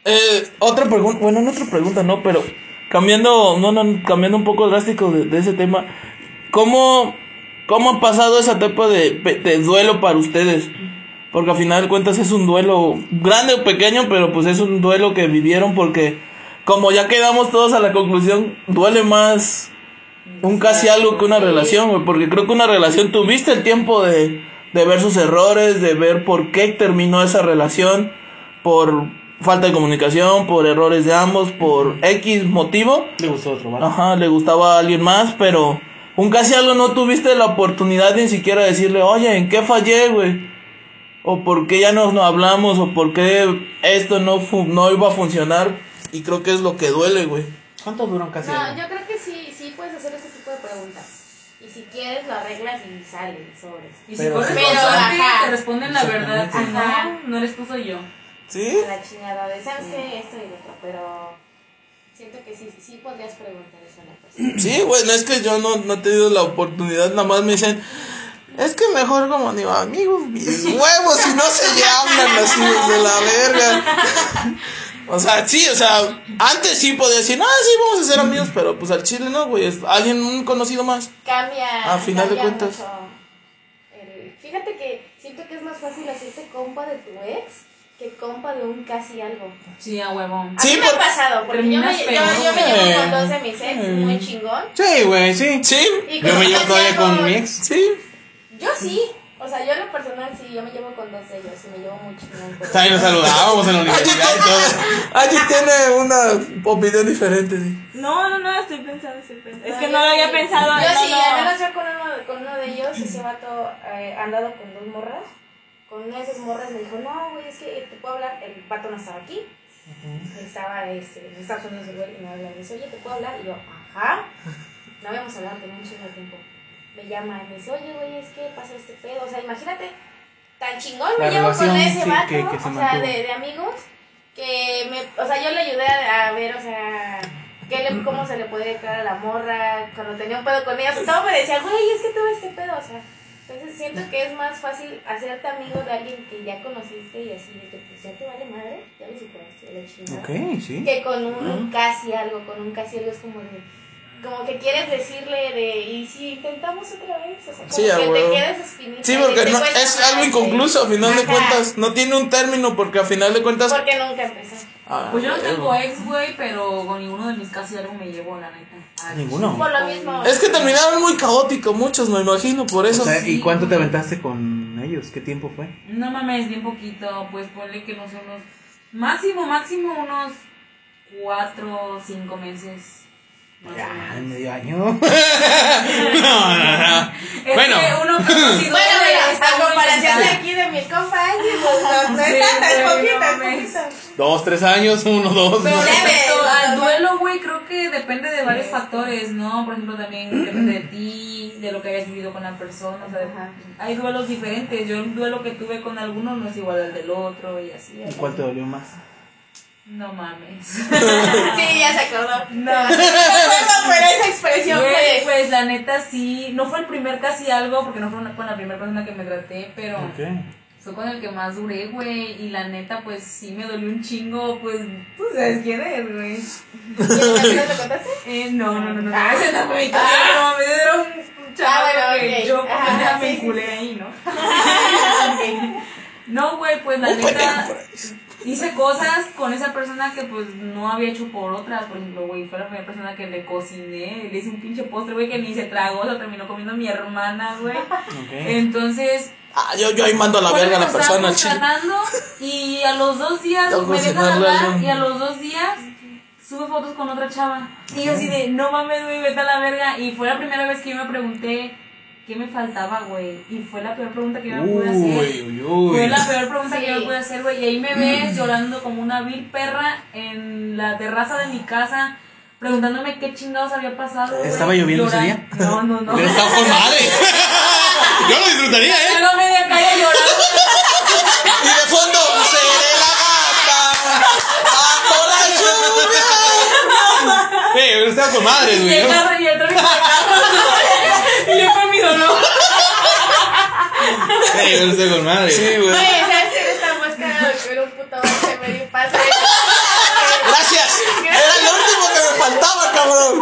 B: Eh, otra pregunta, bueno, no otra pregunta, no, pero cambiando, no, no, cambiando un poco drástico de, de ese tema, ¿cómo, cómo ha pasado esa etapa de, de duelo para ustedes? Porque al final de cuentas es un duelo grande o pequeño, pero pues es un duelo que vivieron porque, como ya quedamos todos a la conclusión, duele más un casi algo que una relación, güey, porque creo que una relación tuviste el tiempo de, de ver sus errores, de ver por qué terminó esa relación, por falta de comunicación, por errores de ambos, por X motivo.
A: Le gustó otro, ¿vale?
B: Ajá, le gustaba a alguien más, pero un casi algo no tuviste la oportunidad de ni siquiera decirle, oye, ¿en qué fallé, güey? O por qué ya no, no hablamos, o por qué esto no, fu- no iba a funcionar, y creo que es lo que duele, güey.
A: ¿Cuánto duran casi?
C: No,
A: algo?
C: yo creo que sí, sí puedes hacer ese tipo de preguntas. Y si quieres, lo arreglas y sale sobres.
D: Y si
A: Pero-
D: corres
C: pero,
D: constante,
C: ajá.
D: te responden la verdad. Si
C: Ajá.
D: no, no eres tú, soy yo.
B: ¿Sí?
C: A la chingada de, ¿sabes qué? Esto y lo otro, pero siento que sí, sí podrías preguntar eso a la persona.
B: Sí, güey, no es que yo no, no he tenido la oportunidad, nada más me dicen, es que mejor como digo, amigos, mis huevos, si no se hablan así desde la verga. O sea, sí, o sea, antes sí podía decir, ah, sí, vamos a ser amigos, pero pues al chile no, güey, es alguien, un conocido más.
C: Cambia.
B: A final de
C: cambia
B: cuentas.
C: mucho el- fíjate que siento que es más fácil hacerte compa de tu ex que compa de un casi algo.
D: Sí, a huevón.
C: A
B: Sí,
C: mí me ha
B: por-
C: pasado, porque yo me,
D: terminas
C: yo,
D: peor,
C: yo me
A: güey.
C: llevo con dos de mis ex, muy chingón.
A: Sí, güey, sí.
B: Sí,
C: Y
A: Yo
C: con
A: me
C: un
A: llevo
C: casi
A: todavía
C: algo-
A: con mi ex.
B: sí.
C: Yo sí. O sea, yo en lo personal sí, yo me llevo con dos de ellos y me llevo muy chingón con
A: También nos saludábamos en la universidad y todo.
B: Allí tiene una opinión diferente, sí.
E: No, no, no, estoy pensando, estoy pensando. Es
C: No,
E: que
C: yo
E: no lo había
C: sí.
E: pensado.
C: Yo
E: no,
C: sí,
E: no.
C: al menos yo con uno, con uno de ellos, ese vato eh, ha andado con dos morras. Con una de esas morras me dijo, no, güey, es que te puedo hablar. El vato no estaba aquí. Estaba este, en Estados Unidos el güey y me habla y me dice, oye, ¿te puedo hablar? Y yo, ajá. No habíamos hablado, tenía un chingo de tiempo. Me llama y me dice, oye, güey, es que pasa este pedo. O sea, imagínate, tan chingón
A: La
C: me llevo con
A: relación,
C: ese
A: sí,
C: vato,
A: que- que se
C: o sea,
A: mantuvo.
C: de, de amigos, que me, o sea, yo le ayudé a, a ver, o sea, qué le, cómo se le podía caer a la morra cuando tenía un pedo con ella. O sea, todo me decía, güey, es que tuve este pedo, o sea. Entonces siento que es más fácil hacerte amigo de alguien que ya conociste y así, de que pues ya te vale madre, ya lo superaste, ya la chingada.
A: Ok, sí.
C: Que con un casi algo, con un casi algo es como de, como que quieres decirle de, y si intentamos otra vez, o sea, como
B: Sí, a
C: que te
B: huevo.
C: quedas espinita.
B: Sí,
C: y
B: porque
C: te
B: no,
C: cuesta
B: es
C: más,
B: algo
C: güey.
B: inconcluso, a final de
C: Ajá.
B: cuentas. No tiene un término, porque a final de cuentas.
C: Porque nunca empezó.
B: Ah,
D: Pues yo no
B: huevo.
D: tengo ex, güey, pero con ninguno de mis casi algo me llevo, la neta. Ay,
A: ¿Ninguno?
C: Por lo mismo.
B: Es que terminaron muy caótico, muchos, me imagino, por eso.
A: O sea, ¿y
D: sí,
A: cuánto te
D: güey.
A: aventaste con ellos? ¿Qué tiempo fue?
D: No mames, bien poquito, pues ponle que no son unos, máximo, máximo unos cuatro o cinco meses. Más o
A: Ya,
D: menos.
A: medio año. no, no, no.
D: Es
A: Bueno.
D: que uno que no si
C: Bueno,
D: duele,
C: mira,
D: está
C: a
D: uno
C: comparación de
D: intentando.
C: aquí de mis compas, pues no, no
D: Sí,
C: es tanto, es
D: güey,
C: poquito,
D: no
C: es
D: mames.
C: poquito.
A: Dos, tres años, uno, dos.
D: Pero
A: no sé.
D: respecto
C: Leve,
D: al
C: ¿no?
D: duelo, güey, creo que depende de varios factores, ¿no? Por ejemplo, también depende de ti, de lo que hayas vivido con la persona, o sea,
C: Ajá.
D: hay duelos diferentes. Yo el duelo que tuve con alguno no es igual al del otro y así.
A: ¿Y
D: así.
A: cuál te dolió más?
D: No mames.
C: Sí, ya se acordó.
D: No.
C: No me acuerdo, pero esa expresión
D: Güey,
C: fue.
D: pues la neta sí, no fue el primer casi algo, porque no fue una- con la primera persona que me traté, pero
A: Ok.
D: fue con el que más duré, güey, y la neta pues sí me dolió un chingo, pues tú sabes quién es, güey.
C: ¿Y no te contaste?
D: Eh, no, no, no, no, no, ese no fue mi caso, no mames, era un, un chaval
C: Ah, bueno,
D: que
C: ok.
D: yo por
C: Ajá,
D: pendeja
C: sí,
D: me
C: sí,
D: enculé
C: sí.
D: ahí, ¿no? No, güey, pues la neta hice cosas con esa persona que pues no había hecho por otras. Por ejemplo, güey, fue la primera persona que le cociné, le hice un pinche postre, güey, que ni se tragó, se terminó comiendo mi hermana, güey.
A: Ok.
D: Entonces,
B: Ah, yo, yo ahí mando a la
D: fue
B: verga a
D: que
B: la
D: nos
B: persona al
D: estábamos
B: chile.
D: tratando y a los dos días
B: Tengo que
D: me dejan
B: cocinarle
D: hablar
B: algo.
D: y a los dos días sube fotos con otra chava. Y yo así de, no mames, güey, vete a la verga. Y fue la primera vez que yo me pregunté qué me faltaba, güey. Y fue la peor pregunta que yo me pude hacer.
A: Uy, uy, uy.
D: Fue la peor pregunta
C: Sí.
D: que yo me pude hacer, güey. Y ahí me ves llorando como una vil perra en la terraza de mi casa, preguntándome qué chingados había pasado. güey.
A: ¿Estaba lloviendo ese
D: Llorando.
A: día?
D: No, no, no.
A: Hubiera estado con madre. Yo lo disfrutaría, ¿eh?
D: Yo no media calle llorando.
B: Y de fondo, seré la gata bajo la lluvia.
A: Eh, hubiera estado con madre,
D: Y
A: güey.
D: el
A: ¿no?
D: carro y el tráfico de carro. Y yo con mi dolor.
A: Eh, hubiera estado con madre.
B: Sí, güey.
C: Oye, ¿sabes quién está más cagado que ver un puto bache medio paso?
B: importaba, cabrón.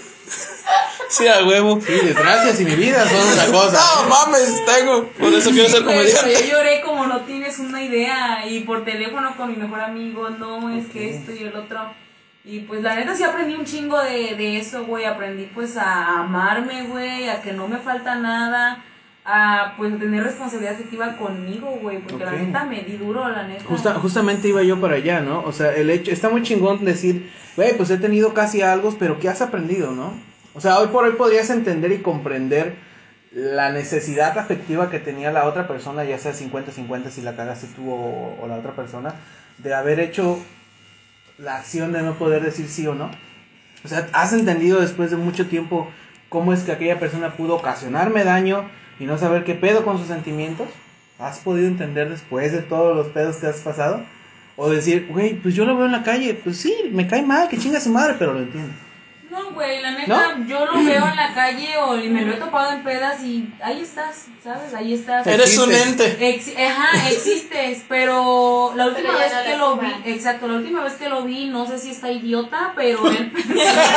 B: Sí, a huevo.
A: Sí, desgracias y mi vida son una cosa.
B: No mames, tengo. Por eso quiero ser
D: Pues,
B: comediante.
D: yo lloré como no tienes una idea. Y por teléfono con mi mejor amigo. No, es que esto y el otro. Y pues la neta sí aprendí un chingo de, de eso, güey. Aprendí pues a amarme, güey. A que no me falta nada. A pues tener responsabilidad afectiva conmigo, güey. Porque
A: Ok.
D: la neta me di duro, la neta.
A: Justa, justamente iba yo para allá, ¿no? O sea, el hecho, está muy chingón decir, güey, pues he tenido casi algo, pero ¿qué has aprendido, no? O sea, hoy por hoy podrías entender y comprender la necesidad afectiva que tenía la otra persona, ya sea cincuenta cincuenta si la cagaste tú o, o la otra persona, de haber hecho la acción de no poder decir sí o no. O sea, has entendido después de mucho tiempo cómo es que aquella persona pudo ocasionarme daño y no saber qué pedo con sus sentimientos. ¿Has podido entender después de todos los pedos que has pasado? O decir, güey, pues yo lo veo en la calle, pues sí, me cae mal, que chinga su madre, pero lo entiendo.
D: No, güey, la neta,
A: ¿No?
D: yo lo veo en la calle o y me lo he topado en pedas y ahí estás, ¿sabes? Ahí estás.
B: Eres un
A: Existe.
B: ente.
D: Ex- ajá, existes, pero la última
C: Pero ya
D: vez
C: no
D: que
C: le
D: lo
C: suma.
D: vi, exacto, la última vez que lo vi, no sé si está idiota, pero él pensó,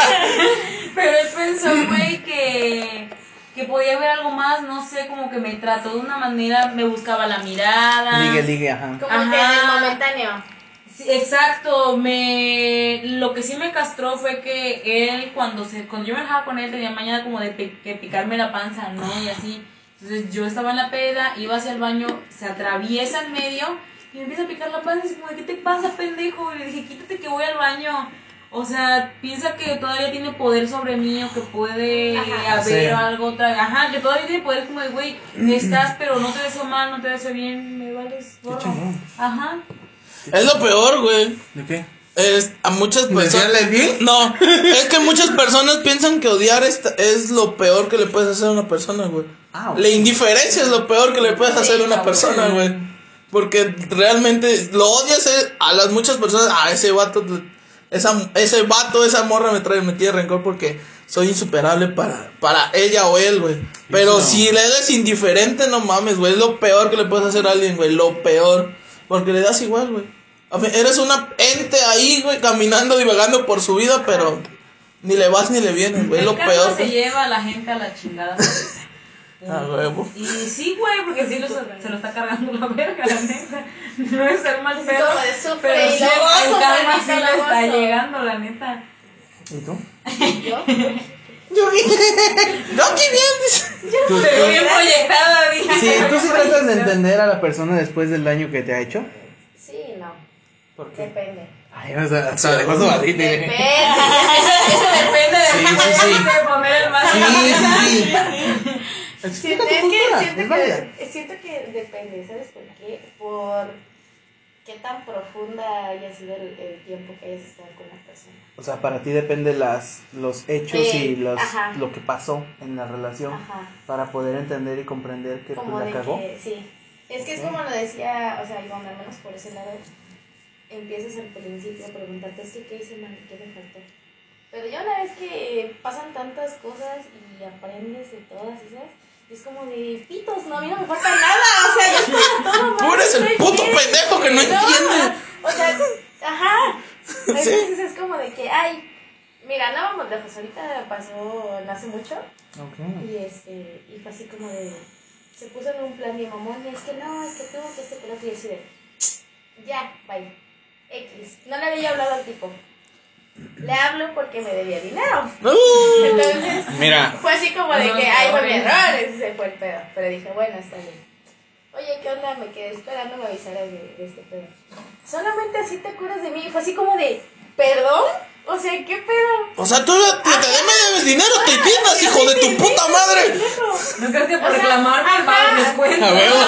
D: pero él pensó, güey, que, que podía ver algo más, no sé, como que me trató de una manera, me buscaba la mirada.
A: Ligue, ligue, ajá.
C: Como
D: Ajá.
C: que en el momentáneo.
D: Sí, exacto, me lo que sí me castró fue que él cuando se cuando yo me dejaba con él tenía mañana como de pe- que picarme la panza, ¿no? Y así. Entonces yo estaba en la peda, iba hacia el baño, se atraviesa en medio y me empieza a picar la panza y es como, ¿qué te pasa, pendejo? Y le dije, "Quítate que voy al baño." O sea, piensa que todavía tiene poder sobre mí o que puede
C: Ajá.
D: haber
A: Sí.
D: algo otra, ajá, que todavía tiene poder como de, güey, estás, pero no te deseo mal, no te deseo bien, me vales gorro.
A: chingón.
D: Ajá.
B: Es lo peor, güey.
A: ¿De qué?
B: Es, a muchas personas.
A: ¿Decirle bien?
B: No, es que muchas personas piensan que odiar es, es lo peor que le puedes hacer a una persona, güey.
A: Ah, ok.
B: La indiferencia es lo peor que le puedes hacer a una persona, güey. Porque realmente lo odias eh, a las muchas personas. Ah, ese vato, esa, ese vato, esa morra me trae, me tiene rencor porque soy insuperable para, para ella o él, güey. Pero
A: No.
B: si le eres indiferente, no mames, güey. Es lo peor que le puedes hacer a alguien, güey. Lo peor. Porque le das igual, güey. A ver, eres una ente ahí, güey, caminando, divagando por su vida, pero ni le vas ni le vienes, güey. Es lo
D: El karma
B: peor.
D: se lleva a la gente a la chingada.
B: Ah, huevo.
D: Y sí, güey, porque sí lo, se lo está cargando la verga, la neta. No es ser mal
C: Es
D: pedo,
C: como de sufre
D: pero
C: y
D: sí,
C: lo gozo,
D: el karma sí
C: manita,
D: le
C: lo
D: está
C: gozo.
D: llegando, la neta.
A: ¿Y tú?
C: ¿Yo?
B: Yo bien. Yo aquí bien.
A: ¿Tú,
D: Te veo bien proyectada, dije.
A: sí, ¿tú sí tratas de entender a la persona después del daño que te ha hecho?
C: Sí, no.
A: ¿Por qué?
C: Depende.
A: Ay, o sea, hasta dejó su batita.
C: Depende.
D: Eso depende de
A: Sí,
D: cómo
A: sí,
D: ya
A: sí.
D: de poner el vaso.
A: Sí, sí, sí.
C: Siento,
A: Explica tu
C: es que
A: postura,
C: siento
A: es válida.
C: que siento que depende, ¿sabes por qué? Por qué tan profunda haya sido el, el tiempo que hayas estado con la persona.
A: O sea, para ti depende las, los hechos
C: Eh,
A: y los,
C: ajá.
A: lo que pasó en la relación
C: Ajá.
A: para poder entender y comprender que
C: Como
A: pues,
C: de
A: la cagó.
C: que, sí. Es que
A: Ok.
C: es como lo decía, o sea, Ivonne, al menos por ese lado, empiezas al principio a preguntarte, es que qué hice mal, qué me faltó. Pero ya una vez que pasan tantas cosas y aprendes de todas esas, es como de pitos, no, a mí no me falta nada, o sea, ya está todo mal.
B: Tú eres el
C: estoy
B: puto
C: bien.
B: pendejo que no entiende.
C: O sea, ajá. Entonces es como de que, ay, mira, no vamos lejos, ahorita pasó no hace mucho.
A: Ok.
C: Y este, y fue así como de, se puso en un plan de mamón, y es que no, es que tú, que este pelote, y yo así de, ya, bye, X. No le había hablado al tipo. Le hablo porque me debía dinero.
B: Uh,
C: Entonces,
A: Mira.
C: fue así como de
D: No,
C: que, ay, fue mi
D: no,
C: error, ese se fue el pedo. Pero dije, bueno, está bien. Oye, ¿qué onda? Me quedé esperando me avisaras de, de este pedo. Solamente así te acuerdas de mí. Y fue así como de, ¿perdón? O sea, ¿qué pedo?
B: o sea, tú te, te, te me debes dinero, te entiendas, hijo de tu puta madre.
D: No crees que por
C: O sea,
D: reclamarme
C: ajá.
D: va a dar descuento.
A: A huevo.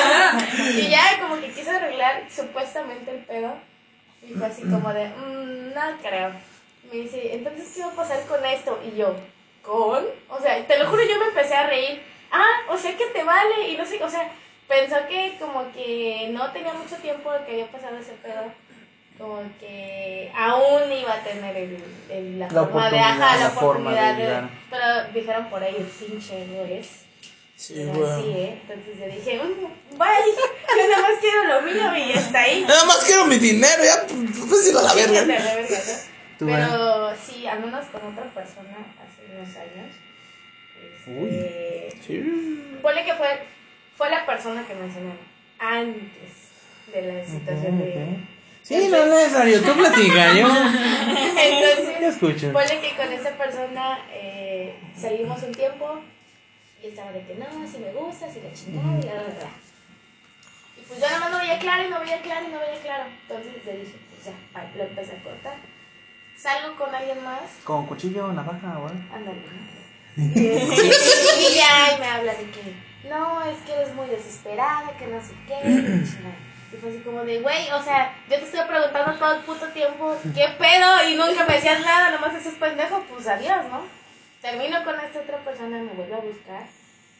C: Y ya como que quise arreglar supuestamente el pedo. Y fue así como de, mmm, no creo. Me dice, entonces, ¿qué va a pasar con esto? Y yo, ¿con? O sea, te lo juro, yo me empecé a reír. Ah, o sea que te vale. Y no sé, o sea, pensó que como que no tenía mucho tiempo que había pasado ese pedo. Como que aún iba a tener el, el, la,
A: La
C: forma de,
A: oportunidad,
C: ajá, la,
A: la forma
C: oportunidad
A: de
C: de,
A: llegar.
C: pero dijeron por ahí, el pinche no es.
B: Sí,
C: Pero
B: güey.
C: así, ¿eh? Entonces yo dije, mm, bye, yo nada más quiero lo mío y hasta ahí.
B: Nada más quiero mi dinero, ya, pues ir a la verga.
C: Fíjate, de verga, ¿no? Pero sí, al menos con otra persona hace unos años. Este,
A: Uy. Sí.
C: Ponle que fue, fue la persona que mencioné antes de la situación
A: Okay,
C: de...
A: okay. Sí, no es necesario, tú platica, yo...
C: Entonces,
A: yo escucho.
C: ponle que con esa persona eh, salimos un tiempo y estaba de que no, si me gusta, si la chingada, y la, la, la. Y pues yo nada más no veía claro y no veía claro y no veía claro. Entonces le dije, pues ya, bye, lo empecé a cortar. Salgo con alguien más.
A: ¿Con cuchillo, navaja o algo?
C: Ándale. Y, y ya y me habla de que no, es que eres muy desesperada, que no sé qué. Y fue así como de, güey, o sea, yo te estoy preguntando todo el puto tiempo, ¿qué pedo? Y nunca me decías nada, nomás esos pendejos, pues adiós, ¿no? Termino con esta otra persona, me vuelve a buscar.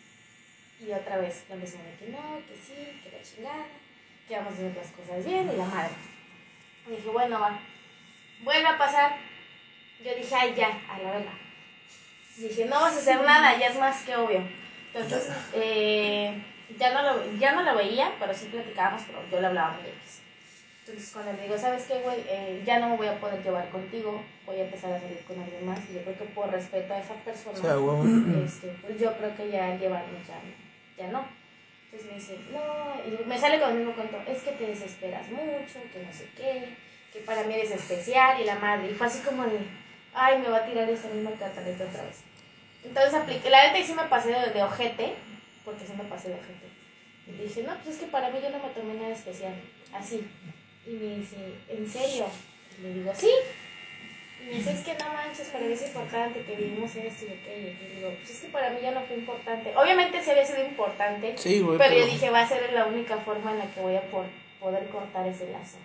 C: Y otra vez le empezó a decir que no, que sí, que la chingada, que vamos a hacer las cosas bien y la madre. Y dije, bueno, va. Vuelve a pasar. Yo dije, ay, ya, a la verga. Dije, no vas a hacer nada, ya es más que obvio. Entonces, eh, ya, no lo, ya no lo veía, pero sí platicábamos, pero yo le hablaba muy X. Entonces, cuando le digo, ¿sabes qué, güey? Eh, ya no me voy a poder llevar contigo, voy a empezar a salir con alguien más. Y yo creo que por respeto a esa persona,
A: O sea, wow.
C: este, pues yo creo que ya llevarnos ya, ya no. Entonces me dice, no, y me sale con el mismo cuento, es que te desesperas mucho, que no sé qué, que para mí eres especial y la madre. Y fue así como de, ay, me va a tirar esa misma cantaleta otra vez. Entonces apliqué, la neta y sí me pasé de, de ojete, porque sí me pasé de ojete. Y le dije, no, pues es que para mí yo no me tomé nada especial, así. Y me dice, ¿en serio? Y le digo, sí. Y me dice, es que no manches, para mí es importante que vivimos esto y aquello. Y le digo, pues es que para mí ya no fue importante. Obviamente sí había sido importante,
A: Sí, güey,
C: pero,
A: pero
C: yo dije, va a ser la única forma en la que voy a por, poder cortar ese lazo.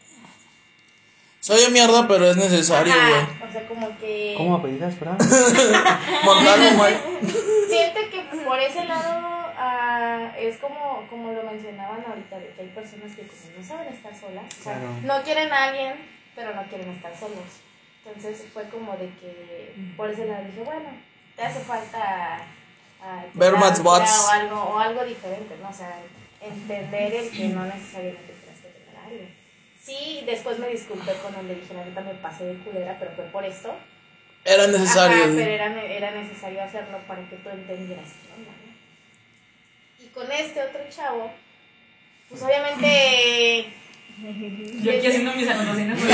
B: Soy de mierda, pero es necesario, güey.
C: Ajá, o sea, como que...
A: ¿Cómo apellidas, Fran?
B: Montalvo, güey.
C: Siento que por ese lado uh, es como, como lo mencionaban ahorita, de que hay personas que como no saben estar solas, o sea,
A: Claro.
C: no quieren a alguien, pero no quieren estar solos. Entonces fue como de que por ese lado dije, bueno, te hace falta uh,
B: Ver más
C: terapia
B: bots.
C: o algo, o algo diferente, ¿no? O sea, entender el que no necesariamente tienes que tener a alguien. Sí, después me disculpé con donde dije, la neta me pasé de culera, pero fue por esto.
B: Era necesario.
C: Ajá,
B: Sí.
C: pero era, era necesario hacerlo para que tú entendieras qué onda, ¿no? Y con este otro chavo, pues obviamente...
D: Yo aquí haciendo mis anotaciones. Que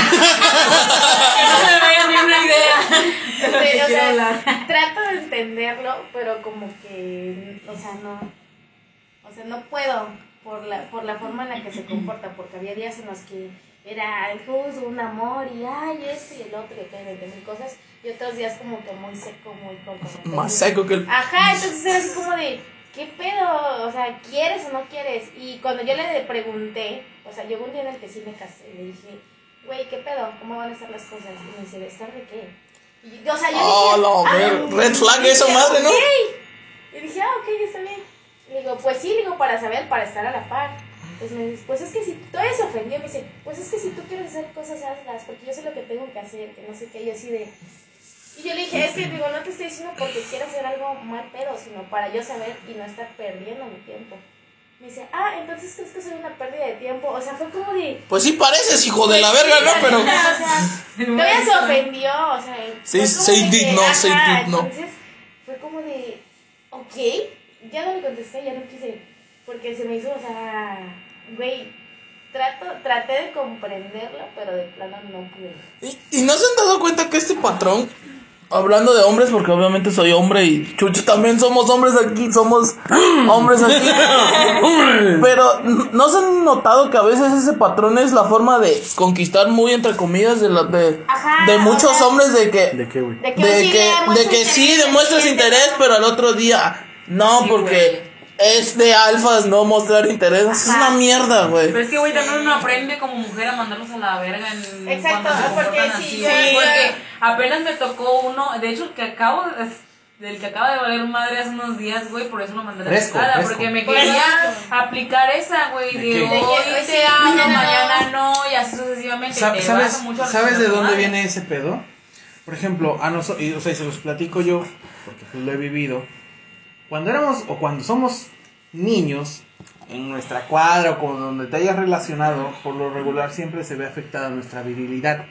D: no se me vaya ni una idea de lo que
C: o
D: quiero
C: sea,
D: hablar.
C: trato de entenderlo, pero como que, o sea, no, o sea, no puedo por la, por la forma en la que se comporta, porque había días en los que era justo un amor y ay, esto y el otro, y que veinte mil cosas, y otros días como que muy seco, muy corto.
B: Más seco que el...
C: Ajá, entonces era así como de, ¿qué pedo? O sea, ¿quieres o no quieres? Y cuando yo le pregunté, o sea, llegó un día en el que sí me casé y le dije, güey, ¿qué pedo? ¿Cómo van a ser las cosas? Y me dice, ¿de estar de qué? Y yo, o sea, yo
B: Oh,
C: dije,
B: no,
C: ah,
B: red flag
C: dije,
B: esa madre, ¿no?
C: okay. Y dije, ah, ok, está bien. Le digo, pues sí, le digo, para saber, para estar a la par. Pues me dice, pues es que si, todavía se ofendió, me dice, pues es que si tú quieres hacer cosas, hazlas, porque yo sé lo que tengo que hacer, que no sé qué, yo así de... Y yo le dije, es que digo, no te estoy diciendo porque quiero hacer algo mal pedo, sino para yo saber y no estar perdiendo mi tiempo. Me dice, ah, entonces crees que soy una pérdida de tiempo. O sea, fue como de...
B: Pues sí pareces, hijo
C: pues
B: de la
C: sí,
B: verga, ¿no?
C: la
B: Pero...
C: neta, o sea, todavía se ofendió, o sea...
B: Sí,
C: fue
B: se
C: como de
B: indignó,
C: que,
B: se
C: ajá,
B: indignó.
C: entonces fue como de, ok, ya no le contesté, ya no quise, porque se me hizo, o sea, güey, trato, traté de comprenderlo, pero de plano no pude.
B: ¿Y, y no se han dado cuenta que este patrón, hablando de hombres, porque obviamente soy hombre y Chucho también somos hombres aquí, somos hombres aquí, pero ¿no se han notado que a veces ese patrón es la forma de conquistar muy entre comillas de, la, de,
C: Ajá,
B: de muchos
C: o sea,
B: hombres de que...
A: ¿De qué, güey?
C: De que,
B: De
C: sí
B: que,
C: le muestra
B: de que sí
C: interés,
B: demuestras
C: el siguiente
B: interés,
C: no.
B: pero al otro día no,
D: Sí,
B: porque es de alfas no mostrar interés.
C: Ajá.
B: Es una mierda, güey.
D: Pero es que, güey, también uno aprende como mujer a mandarlos a la verga en
C: Exacto,
D: cuanto se
C: porque
D: comportan
C: sí,
D: así,
C: ya,
D: güey.
C: ya.
D: Porque apenas me tocó uno, de hecho, el que acabo de... Del que acaba de valer madre hace unos días, güey, por eso lo mandé a la
A: Fresco,
D: chingada,
A: fresco.
D: porque me
C: Pues,
D: quería
C: ah.
D: aplicar esa, güey,
A: ¿De
D: de
A: qué?
D: hoy
C: De que hoy
D: te
C: sí,
D: hablo,
C: mañana
D: mañana no, y así sucesivamente.
A: Sa-
D: te
A: ¿Sabes,
D: vas mucho a la
A: ¿sabes de
D: chingada
A: dónde
D: madre.
A: viene ese pedo? Por ejemplo, a nosotros, o sea, y se los platico yo, porque pues lo he vivido. Cuando éramos, o cuando somos niños, en nuestra cuadra o con donde te hayas relacionado, por lo regular siempre se ve afectada nuestra virilidad.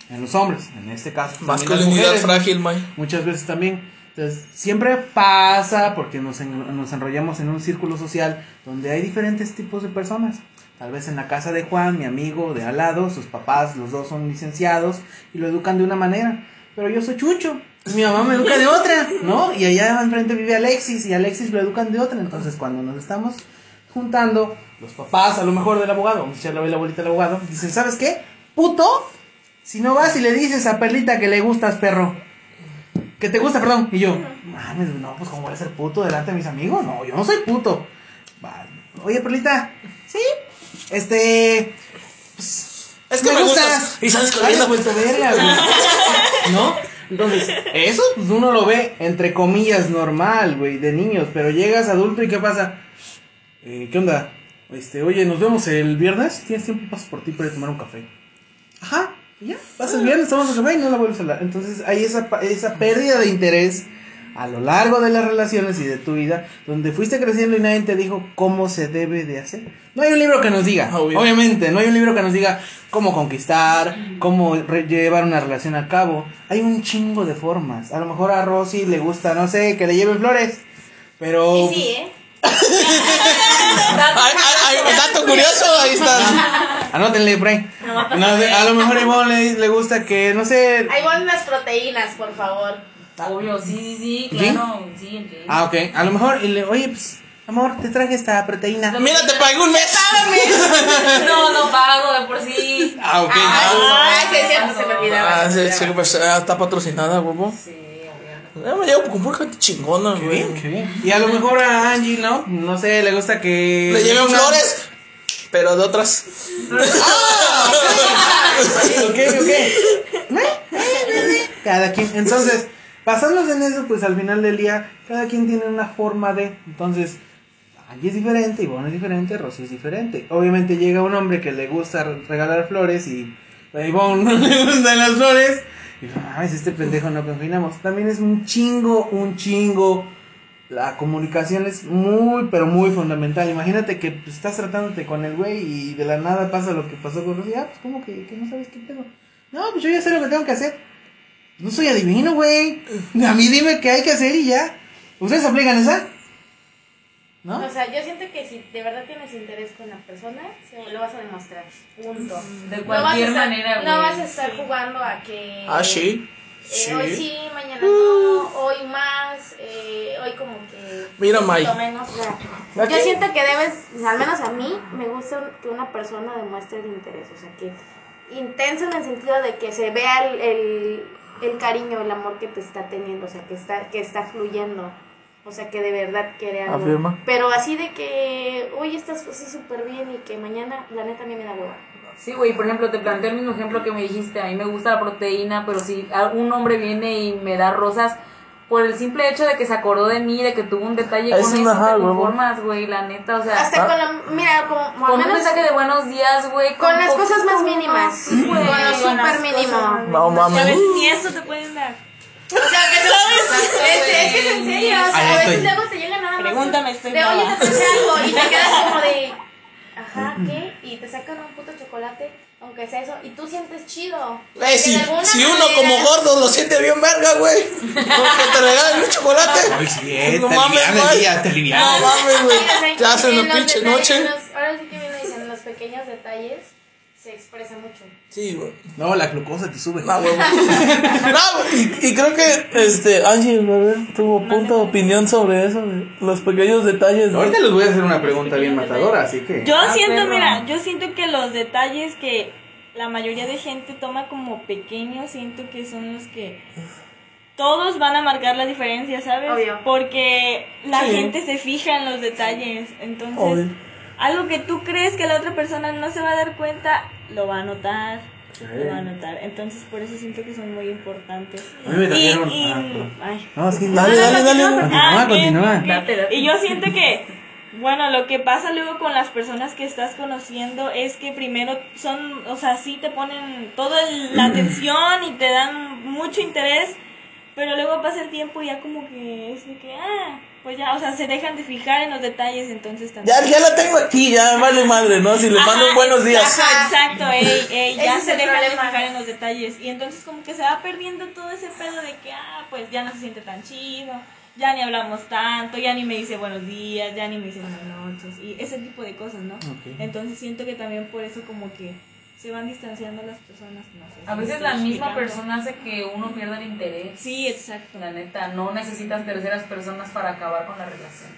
A: en los hombres, en este caso.
B: Masculinidad frágil, May.
A: Muchas veces también. Entonces, siempre pasa porque nos, en, nos enrollamos en un círculo social donde hay diferentes tipos de personas. Tal vez en la casa de Juan, mi amigo de al lado, sus papás, los dos son licenciados y lo educan de una manera. Pero yo soy chucho, y mi mamá me educa de otra, ¿no? Y allá enfrente vive Alexis y Alexis lo educan de otra. Entonces, cuando nos estamos juntando, los papás, a lo mejor del abogado, vamos a echarle a la abuelita del abogado, dicen, ¿sabes qué? Puto, si no vas y le dices a Perlita que le gustas, perro, que te gusta, perdón, y yo, mames, no, pues ¿cómo voy a ser puto delante de mis amigos? No, yo no soy puto. Va, oye, Perlita, ¿sí? Este, pues,
B: es que me, me gustas. gustas. Y sabes
A: que la vuelta verga, güey. ¿No? Entonces, eso pues uno lo ve entre comillas normal, güey, de niños, pero llegas adulto y ¿qué pasa? Eh, ¿qué onda? Este, oye, nos vemos el viernes. ¿Tienes tiempo? Paso por ti para ir a tomar un café. Ajá, y ya, pasas el viernes, tomas un café y no la vuelves a hablar. Entonces, hay esa, esa pérdida de interés a lo largo de las relaciones y de tu vida, donde fuiste creciendo y nadie te dijo cómo se debe de hacer. No hay un libro que nos diga, Obvio. obviamente, no hay un libro que nos diga cómo conquistar, cómo re- llevar una relación a cabo. Hay un chingo de formas. A lo mejor a Rosy le gusta, no sé, que le lleven flores, pero...
C: Sí, sí, ¿eh?
B: dato, hay, hay, dato curioso, ahí está.
A: Anótenle por ahí. No sé, a lo mejor a Ivonne le, le gusta que, no sé...
C: Hay buenas proteínas, por favor.
D: Obvio, sí, sí, sí, claro, sí, sí.
A: Ah, ok, a lo mejor, y le, oye, pues, amor, te traje esta proteína.
B: Mira, te pagué un mes.
D: No, no pago de por sí.
A: Ah, ok.
C: Ah,
A: Ah,
C: sí, es cierto, se me olvidaba.
B: Ah, sí, sí, pues, está patrocinada, huevo.
D: Sí, obviamente.
B: Ya me llevo con pura gente chingona,
A: qué
B: güey.
A: bien, qué bien. Y a lo mejor a Angie, ¿no? No sé, le gusta que...
B: Le lleven flores, pero de otras.
A: Ah, ok, ok. Cada quien, entonces... Pasándonos en eso, pues al final del día, cada quien tiene una forma de... Entonces, Angie es diferente, Ivonne es diferente, Rosy es diferente. Obviamente llega un hombre que le gusta regalar flores y a Ivonne no le gustan las flores. Y ay, este pendejo no confinamos. También es un chingo, un chingo. La comunicación es muy, pero muy fundamental. Imagínate que pues, estás tratándote con el güey y de la nada pasa lo que pasó con Rosy. Ah, pues como que, que no sabes qué pedo. No, pues yo ya sé lo que tengo que hacer. No soy adivino, güey. A mí dime qué hay que hacer y ya. ¿Ustedes aplican esa? ¿No?
C: O sea, yo siento que si de verdad tienes interés con la persona, se lo vas a demostrar. Punto.
D: De cualquier
C: no vas a estar,
D: manera, güey.
C: No vas a estar jugando a que...
B: Ah, sí.
C: Eh,
B: sí.
C: Hoy sí, mañana no, hoy más, eh, hoy como que...
B: Mira, May.
C: Menos, o sea, yo siento que debes, al menos a mí, me gusta que una persona demuestre el interés. O sea, que intenso en el sentido de que se vea el... el el cariño, el amor que te está teniendo, o sea, que está que está fluyendo, o sea, que de verdad quiere algo.
B: Afirma.
C: Pero así de que hoy estás así súper bien y que mañana, la neta, a mí me da hueva.
D: Sí, güey, por ejemplo, te planteo el mismo ejemplo que me dijiste, a mí me gusta la proteína, pero si un hombre viene y me da rosas, por el simple hecho de que se acordó de mí, de que tuvo un detalle
B: es
D: con
B: eso,
D: ajá, te conformas,
C: güey,
D: la neta, o sea...
C: Hasta
B: ¿ah?
C: con la, mira, como...
D: Con un menos, mensaje de buenos días, güey.
C: Con, con las cosas más mínimas, sí, con lo súper mínimo.
B: No mames.
E: A veces ni eso te pueden dar.
C: O sea, que ¿sabes? Es, es que es en serio, o sea, a veces luego te llega nada más.
E: Pregúntame, estoy
C: de oye, te traje algo y te quedas como de, ajá, ¿qué? Y te sacan un puto chocolate, aunque sea eso, y tú sientes chido.
B: Eh, si, si uno
C: manera,
B: como gordo lo siente bien verga, güey. Porque te regalan un chocolate.
A: Ay, sí, eh,
B: no
A: te
B: mames,
A: aliviana el
B: güey.
A: día, te aliviana.
B: No mames, güey. Te hacen
C: en
B: una
C: los
B: pinche
C: detalles,
B: noche.
C: en los- ahora sí que viene diciendo, en los pequeños detalles se expresa mucho.
B: Sí, güey.
A: No, la glucosa te sube.
B: No, güey. No, y, y creo que este Angie, a ver, tuvo punto de opinión sobre eso, de los pequeños detalles. ¿No?
A: Ahorita les voy a hacer una pregunta bien matadora, así que...
E: Yo
D: Ah,
E: siento,
D: perro.
E: mira, yo siento que los detalles que la mayoría de gente toma como pequeños, siento que son los que todos van a marcar la diferencia, ¿sabes?
C: Obvio.
E: Porque la
B: Sí.
E: gente se fija en los detalles, entonces
B: Obvio.
E: algo que tú crees que la otra persona no se va a dar cuenta, lo va a notar. Lo va a notar. Entonces, por eso siento que son muy importantes.
A: A mí me trajeron...
E: Y, y-
A: Ah, perdón.
E: ay.
A: No, sí,
B: Dale, dale, dale.
A: Continúa,
E: Ah, bien,
A: continúa.
E: bien, bien.
D: Date, date.
E: Y yo siento que, bueno, lo que pasa luego con las personas que estás conociendo es que primero son, o sea, sí te ponen toda el- la atención y te dan mucho interés, pero luego pasa el tiempo y ya como que es de que, ah, pues ya, o sea, se dejan de fijar en los detalles, entonces también.
B: Ya, ya la tengo aquí, ya vale madre, ¿no? Si le mando un buenos días.
E: Ajá, exacto, ey, ey, ya
C: Ese
E: se
C: es el
E: dejan de
C: problema.
E: fijar en los detalles. Y entonces como que se va perdiendo todo ese pedo de que, ah, pues ya no se siente tan chido, ya ni hablamos tanto, ya ni me dice buenos días, ya ni me dice buenas noches, y ese tipo de cosas, ¿no?
A: Okay.
E: Entonces siento que también por eso como que se van distanciando las personas, no sé.
D: A
E: si me
D: veces
E: estoy
D: la misma
E: explicando.
D: persona hace que uno pierda el interés.
E: Sí, exacto.
D: La neta, no necesitas terceras personas para acabar con la relación.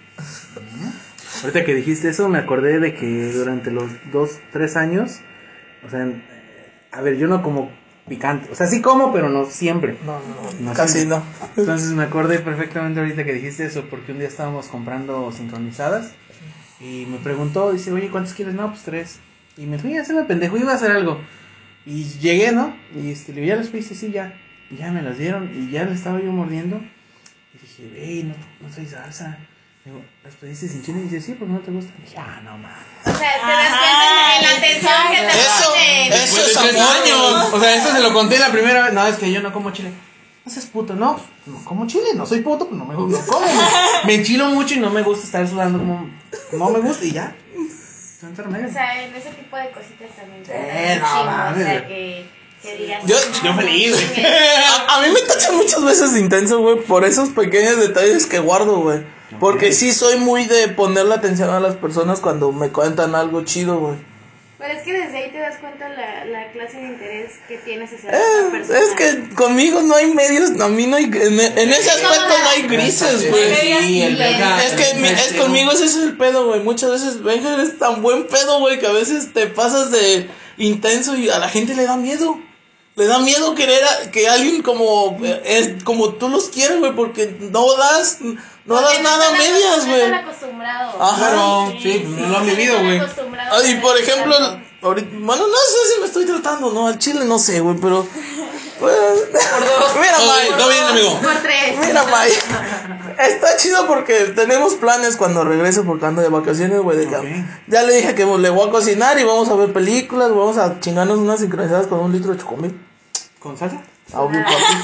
A: Ahorita que dijiste eso, me acordé de que durante los dos, tres años, o sea, a ver, yo no como picante, o sea, sí como, pero no siempre.
B: No, no,
A: No
B: casi
A: siempre.
B: no.
A: Entonces me acordé perfectamente ahorita que dijiste eso, porque un día estábamos comprando sincronizadas y me preguntó, dice, oye, ¿cuántos quieres? No, pues tres. Y me fui a hacerme pendejo, iba a hacer algo. Y llegué, ¿no? Y este, le digo, ya los pediste, sí, ya. Y ya me los dieron y ya le estaba yo mordiendo. Y dije, hey, no, no soy salsa. Digo, ¿los pediste sin chile? Y dice, sí, porque no te gusta. Y dije, ah, no, man.
C: O sea, te das cuenta en la atención que te
B: Eso,
C: ponen.
B: eso es
A: Tres
B: amor,
A: años.
B: ¿no?
A: O sea, esto se lo conté la primera vez. No, es que yo no como chile. No seas puto, no, pues, no como chile, no soy puto, pues no me gusta, no como. Me, me enchilo mucho y no me gusta estar sudando como. No me gusta y ya. Soy enfermero.
C: O sea, en ese tipo de cositas también.
A: Sí,
C: te
A: no,
C: chingo,
A: mames.
C: o sea, que, que digas.
B: Yo-
C: no,
A: yo feliz, güey.
C: chingues.
B: A, a mí me tacha muchas veces de intenso, güey, por esos pequeños detalles que guardo, güey. Porque sí soy muy de ponerle atención a las personas cuando me cuentan algo chido, güey.
C: Pero es que desde ahí te das cuenta la, la clase de interés que tienes hacia
B: Eh,
C: otra persona.
B: es que conmigo no hay medios, a mí no hay, en, en ese aspecto no hay grises, güey.
A: Sí, el Benja.
B: Es que mi- es conmigo ese es el pedo, güey. Muchas veces, Benja, eres tan buen pedo, güey, que a veces te pasas de intenso y a la gente le da miedo. Le da miedo querer a, que alguien como eh, es como tú los quieres, güey, porque no das no
C: Porque
B: das nada a
C: están
B: medias,
C: acostum-
B: güey.
C: están acostumbrados.
B: Ajá.
A: Claro, sí, pues no lo han vivido, güey.
C: Están acostumbrados
B: Ah, y
C: a
B: por
C: eso,
B: ejemplo,
C: tanto.
B: ahorita, bueno, no sé si me estoy tratando, no, al chile no sé, güey, pero pues, mira, May,
A: Todo bien, amigo.
C: Por tres.
B: mira, May, está chido porque tenemos planes cuando regrese porque ando de vacaciones, güey, de que
A: Ok.
B: ya le dije que le voy a cocinar y vamos a ver películas, vamos a chingarnos unas sincronizadas con un litro de chocomil.
A: ¿Con salsa?
B: Obvio,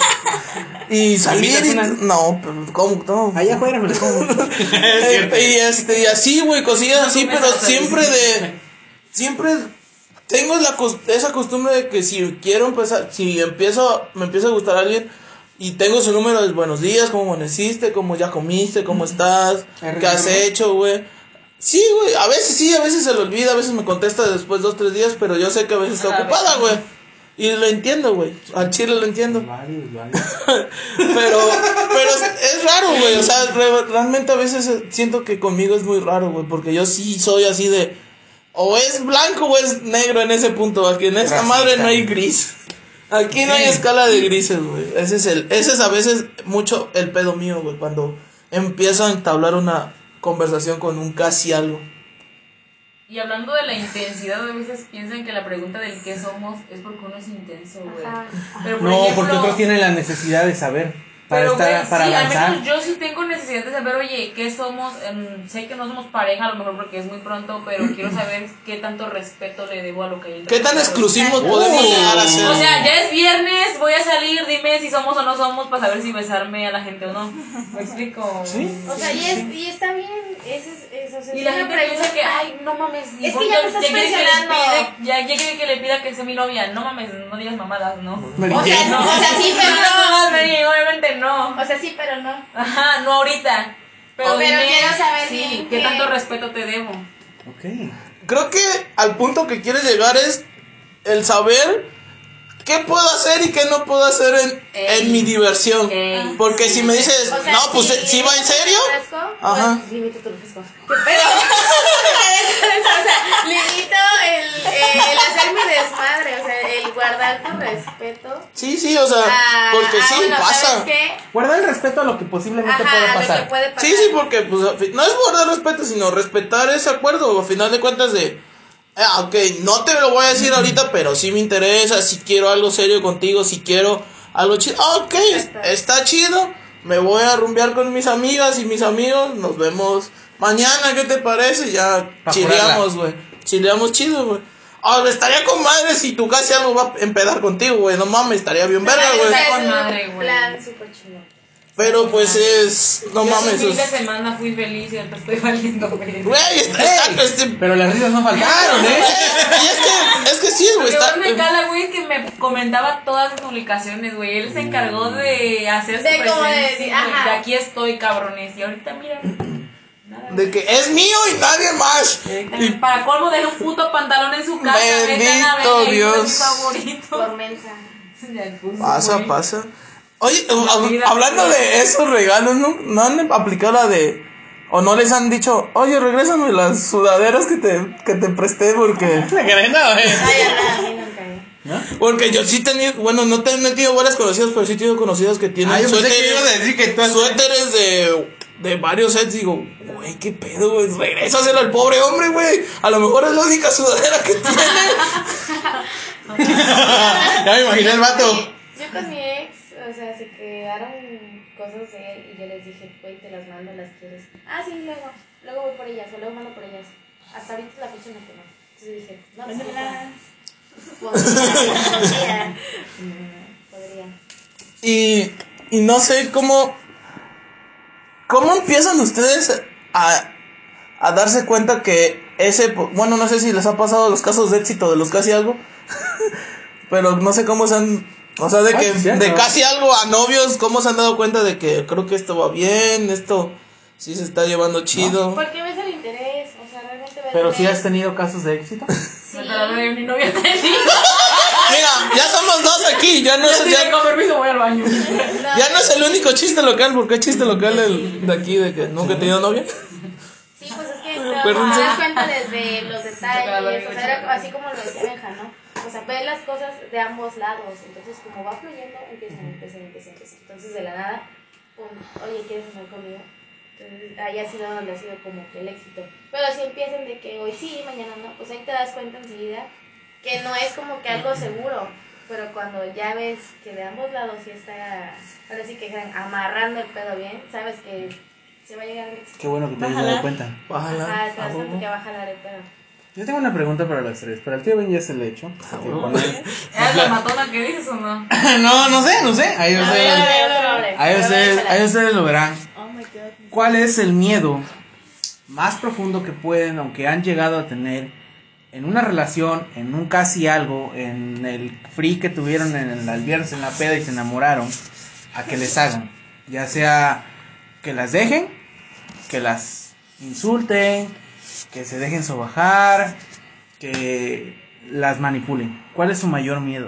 B: papi. Y salir y...
A: ¿Invitas una?
B: No, pero ¿cómo? No.
A: Allá afuera me lo como.
B: Este, y este, y así, güey, cosillas así, pero siempre de... Siempre tengo la cos- esa costumbre de que si quiero empezar, si empiezo, me empieza a gustar alguien y tengo su número de buenos días, cómo amaneciste, cómo ya comiste, cómo estás, qué has hecho, güey. Sí, güey, a veces sí, a veces se le olvida, a veces me contesta después dos, tres días, pero yo sé que a veces está
D: A la
B: ocupada,
D: vez.
B: güey. Y lo entiendo, güey. Al chile lo entiendo.
A: Vale, vale.
B: Pero, pero es, es raro, güey. O sea, re- realmente a veces eh, siento que conmigo es muy raro, güey. Porque yo sí soy así de. O es blanco o es negro en ese punto. Aquí en esta
A: Racista.
B: madre no hay gris. Aquí no hay escala de grises, güey. Ese es el, ese es a veces mucho el pedo mío, güey. Cuando empiezo a entablar una conversación con un casi algo.
D: Y hablando de la intensidad, a veces piensan que la pregunta del qué somos es porque uno es intenso, güey.
C: Ajá.
D: Pero por
A: No,
D: ejemplo,
A: porque otros tienen la necesidad de saber. Para
D: pero,
A: estar,
D: güey,
A: para
D: sí, al
A: avanzar.
D: menos yo sí tengo necesidad de saber, oye, ¿qué somos? Em, sé que no somos pareja, a lo mejor porque es muy pronto, pero quiero saber qué tanto respeto le debo a lo que hay entre
B: ¿Qué tan
D: nosotros.
B: exclusivos
A: Oh.
B: podemos llegar a ser?
D: O sea, ya es viernes, voy a salir, dime si somos o no somos para saber si besarme a la gente o no. ¿Me explico?
A: Sí.
C: O sea, y, es, y está bien. Ese es, es, o sea,
D: Y
C: es
D: la
C: una
D: gente
C: pregunta.
D: piensa que, ay, no mames. y
C: Es que
D: voy-
C: ya me estás
D: quiere que le
C: presionando.
D: pide- Ya, ya quiere que le pida que sea mi novia. No mames, no digas mamadas, ¿no?
A: Mary
C: O sea,
A: Jane.
C: no, o sea, sí, pero
D: No,
C: no.
D: Mary, obviamente no.
C: O sea, sí, pero no.
D: Ajá, no ahorita. Pero,
C: Pero
D: dime,
C: quiero saber
D: sí,
C: bien
D: qué
C: que-
D: tanto respeto te debo.
A: Ok.
B: Creo que al punto que quieres llegar es el saber qué puedo hacer y qué no puedo hacer en,
D: Ey.
B: en mi diversión.
D: Ey.
B: Porque si me dices,
C: O sea,
B: no, pues
C: si
B: si va en
C: limitas el
B: serio.
C: refresco,
B: Ajá.
C: pues limito tu refresco. ¿Qué pedo? O sea, limito el, eh, el hacer mi desmadre, o sea, el guardar tu respeto.
B: Sí, sí, o sea,
C: Ah,
B: porque
C: ah,
B: sí
C: bueno,
B: pasa.
C: ¿sabes qué?
A: Guarda el respeto a lo que posiblemente
C: Ajá,
A: pueda
C: lo
A: pasar.
C: que puede pasar.
B: Sí, sí, porque pues al fin- no es guardar respeto, sino respetar ese acuerdo. A final de cuentas de, ah, ok, no te lo voy a decir ahorita, pero sí me interesa, si quiero algo serio contigo, si quiero algo chido. Ah, ok,
C: Exacto.
B: está chido. Me voy a rumbear con mis amigas y mis amigos. Nos vemos mañana, ¿qué te parece? Ya
A: Pa'
B: chileamos, güey. Chileamos chido, güey. Ah, estaría con madre si tu casi algo va a empedar contigo, güey. No mames, estaría bien verga,
C: Ajá,
B: güey.
C: ese
D: con
C: es un
D: madre, güey.
C: plan súper chingón.
B: Pero pues es. No
D: Yo
B: mames.
D: el fin de
B: Es,
D: semana fui feliz y ahorita estoy valiendo, güey.
B: güey, está, está- este-
A: Pero las risas no faltaron, ¿eh?
B: y es que, es que sí, güey.
D: Lo que
B: Está,
D: más me cala, güey, es que me comentaba todas sus publicaciones, güey. Él se encargó de hacer su
C: De como de
D: presencia,
C: decir,
D: güey.
C: ajá.
D: De aquí estoy, cabrones. Y ahorita, mira. Nada,
B: de que es mío y nadie más.
D: Y para colmo dejé un puto pantalón en su casa.
B: Bendito
D: vete a la verga,
B: Dios.
D: es mi favorito.
C: Por mensa.
B: Pasa,
D: Güey.
B: pasa. Oye,
D: La
B: hab-
D: vida,
B: hablando
D: güey.
B: de esos regalos, ¿no, no han aplicado la de... O no les han dicho, oye, regrésame las sudaderas que te, que te presté porque...
A: No, eh.
C: Ay, nada, a mí nunca, ¿eh?
A: ¿No?
B: Porque yo sí he tenido, bueno, no te he metido varias conocidas, pero sí he tenido conocidas que tienen
A: Ah, yo pensé que
B: suéteres,
A: ibas a decir que tú has-
B: suéteres de, de varios sets. Digo, güey, qué pedo, güey, regrésaselo al pobre hombre, güey. A lo mejor es la única sudadera que tiene.
A: Ya me imaginé el vato.
C: Yo con mi ex, o sea, se quedaron cosas de él y yo les dije, güey, te las mando, las quieres. Ah, sí, luego, luego voy por ellas, o luego mando por ellas. Hasta ahorita es la fecha en la que no. Entonces dije, no, pues,
E: Mándamelas.
C: podría, podría, podría.
B: Y, y no sé cómo, cómo empiezan ustedes a, a darse cuenta que ese, bueno, no sé si les ha pasado los casos de éxito de los casi algo, pero no sé cómo se han, o sea, de
A: Ah,
B: que,
A: sí, cierto.
B: de casi algo a novios, cómo se han dado cuenta de que creo que esto va bien, esto sí se está llevando chido.
C: Porque ves el interés, o sea, realmente ves
A: Pero
C: el
A: si has
C: interés.
A: tenido casos de éxito.
C: Sí.
D: Pero no, yo ni novia tenía.
B: Mira, ya somos dos aquí, ya no,
D: Yo
B: es,
D: sí,
B: ya,
D: con permiso, voy al baño.
B: ya no es el único chiste local, porque hay chiste local del, de aquí, de que nunca he tenido novia.
C: Sí, pues es que te,
B: Perdón,
C: te
B: sí.
C: das cuenta desde los detalles, o sea, era así como lo decía Benja, ¿no? O sea, ves las cosas de ambos lados, entonces como va fluyendo, empiezan, empiezan, empiezan, empiezan. Entonces de la nada, pum, oye, ¿quieres andar conmigo? Entonces ahí ha sido donde ha sido como que el éxito. Pero si empiezan de que hoy sí, mañana no, pues ahí te das cuenta enseguida que no es como que algo seguro. Pero cuando ya ves que de ambos lados sí está, ahora sí que dijeran, amarrando el pedo bien, sabes que se va a llegar al éxito.
A: Qué bueno que te hayas
E: Bájala.
A: dado cuenta.
B: Bájala.
C: Ajá, te das
B: a
C: cuenta
B: huevo.
C: que va a jalar el pedo.
A: Yo tengo una pregunta para las tres. Para el tío Ben ya se le hecho. Porque con él-
D: ¿Eres la matona que dices o no?
A: No, no sé, no sé. Ahí
C: A ver,
A: ustedes,
C: a ver, otro hombre.
A: ahí ustedes,
C: Pero
A: ahí ustedes lo verán.
E: Oh my god.
A: ¿Cuál es el miedo más profundo que pueden, aunque han llegado a tener en una relación, en un casi algo, en el free que tuvieron en el, el viernes en la peda y se enamoraron, a que les hagan? Ya sea que las dejen, que las insulten, que se dejen sobajar, que las manipulen. ¿Cuál es su mayor miedo?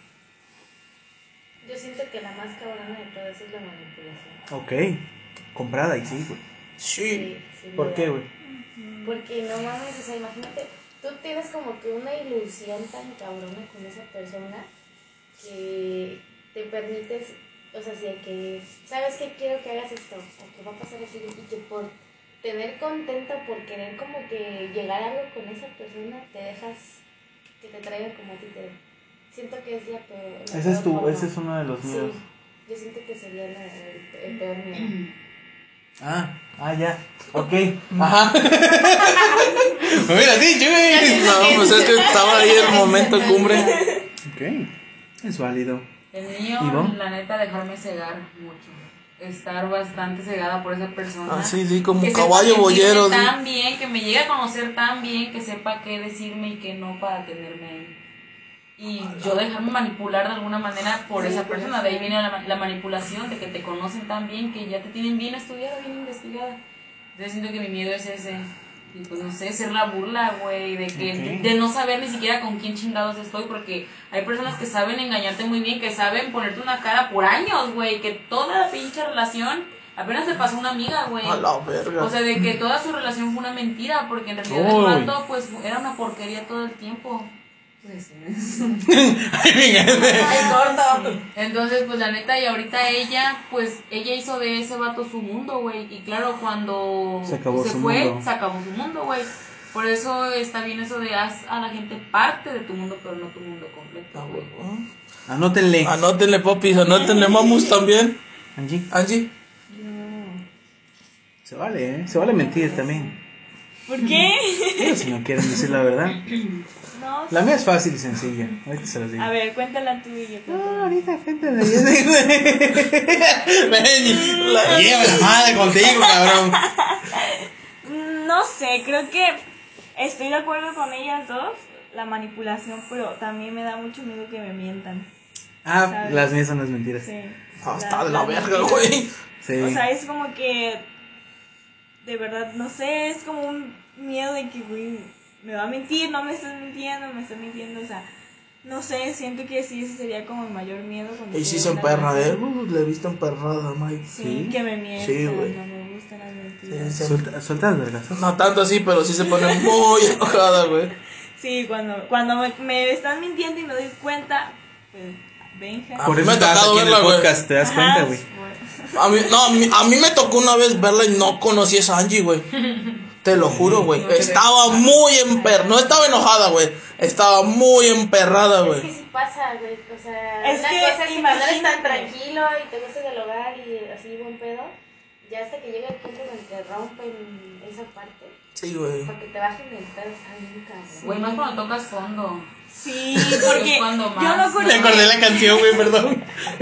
C: Yo siento que la más cabrona de todo eso es la manipulación.
A: Ok, comprada y sí, güey.
B: Sí.
C: sin
A: ¿Por
C: duda.
A: qué, güey?
C: Porque no mames, o sea, imagínate, tú tienes como que una ilusión tan cabrona con esa persona que te permites, o sea, de que, ¿sabes qué? Quiero que hagas esto, o que va a pasar así, y que por tener contenta, por querer como que llegar a algo con esa persona, te dejas que te traiga como a ti te... Siento que es la peor. la
A: Ese es
C: peor
A: tu,
C: forma.
A: ese es uno de los miedos.
C: Sí, yo siento que sería la- el, el peor miedo.
A: Ah, ah, ya. Ok. Ajá. Me hubiera dicho, güey.
B: No, pues es que estaba ahí el momento cumbre.
A: Ok. Es válido.
D: El mío,
A: ¿Ivonne?
D: la neta, dejarme cegar mucho. Estar bastante cegada por esa persona.
B: Ah, sí, sí, como
D: Que sepa
B: caballo
D: sentirme
B: boyero, sí.
D: tan bien, que me llegue a conocer tan bien, que sepa qué decirme y qué no para tenerme ahí. Y yo dejarme manipular de alguna manera por esa persona. De ahí viene la, la manipulación, de que te conocen tan bien, que ya te tienen bien estudiada, bien investigada. Entonces siento que mi miedo es ese. Y pues no sé, ser la burla, güey, de que
A: Ok.
D: de, de no saber ni siquiera con quién chingados estoy, porque hay personas que saben engañarte muy bien, que saben ponerte una cara por años, güey, que toda la pinche relación apenas le pasó a una amiga, güey.
B: A la verga.
D: O sea, de que toda su relación fue una mentira, porque en realidad
A: Uy.
D: el vato pues era una porquería todo el tiempo. Pues,
C: Ay, corto.
D: entonces, pues la neta, y ahorita ella, pues ella hizo de ese vato su mundo, güey. Y claro, cuando
A: Se acabó su
D: fue,
A: mundo.
D: se acabó su mundo, güey. Por eso está bien eso de haz a la gente parte de tu mundo, pero no tu mundo completo, güey.
A: Anótenle.
B: Anótenle, popis, anótenle, mamus también.
A: Angie.
B: Angie.
A: Se vale, ¿eh? Se vale mentir también.
E: ¿Por qué?
A: Pero si no quieren decir la verdad.
E: No
A: La mía es fácil y sencilla. Ahorita se las digo.
E: A ver, cuéntala tú y yo.
A: No, ahorita cuéntala. Yo digo. La lleva la madre contigo, cabrón.
E: No sé, creo que estoy de acuerdo con ellas dos. La manipulación, pero también me da mucho miedo que me mientan.
A: Ah,
E: ¿sabes?
A: las mías son las mentiras.
E: Sí.
B: Ah, está de la
E: las
B: verga,
E: mentiras.
B: güey.
A: Sí.
E: O sea, es como que, de verdad, no sé, es como un miedo de que, güey, me va a mentir, no me estás mintiendo, me estás mintiendo, o sea, no sé, siento que sí, ese sería como el mayor miedo.
B: Y sí se emperra, eh. Uh, le he visto emperrada, Mike.
E: Sí,
A: Sí.
E: que me mientan,
B: Sí, güey.
E: no me gustan las mentiras.
B: Sí, sí.
A: Suelta, suelta las vergas.
B: No tanto así, pero sí se pone muy enojada, güey.
E: Sí, cuando, cuando me, me están mintiendo y me doy cuenta, pues, Benja.
B: A
A: Por
B: mí
A: eso
B: me ha
A: estás
B: tocado
A: aquí en el
B: verla, güey.
A: podcast, ¿te das cuenta,
E: Ajá,
A: güey?
E: bueno.
B: A mí, no, a mí, a mí me tocó una vez verla y no conocí a esa Angie, güey. Te lo juro, güey. Estaba muy emperrada. No estaba enojada, güey. Estaba muy emperrada,
C: Es
B: güey.
C: que sí pasa, güey. O sea,
E: Es
C: una
E: que
C: cosa es que cuando eres tan
E: imagínate.
C: tranquilo y te gusta dialogar y así buen pedo, ya hasta que llega el punto en el que rompen esa parte,
B: Sí, güey.
C: para que te bajen el pedo, está bien cabrón.
D: Güey, más cuando tocas fondo.
E: Sí, porque
D: Es cuando
E: yo
D: más.
E: me acuerdo
A: Me acordé
E: que-
A: la canción, güey, perdón.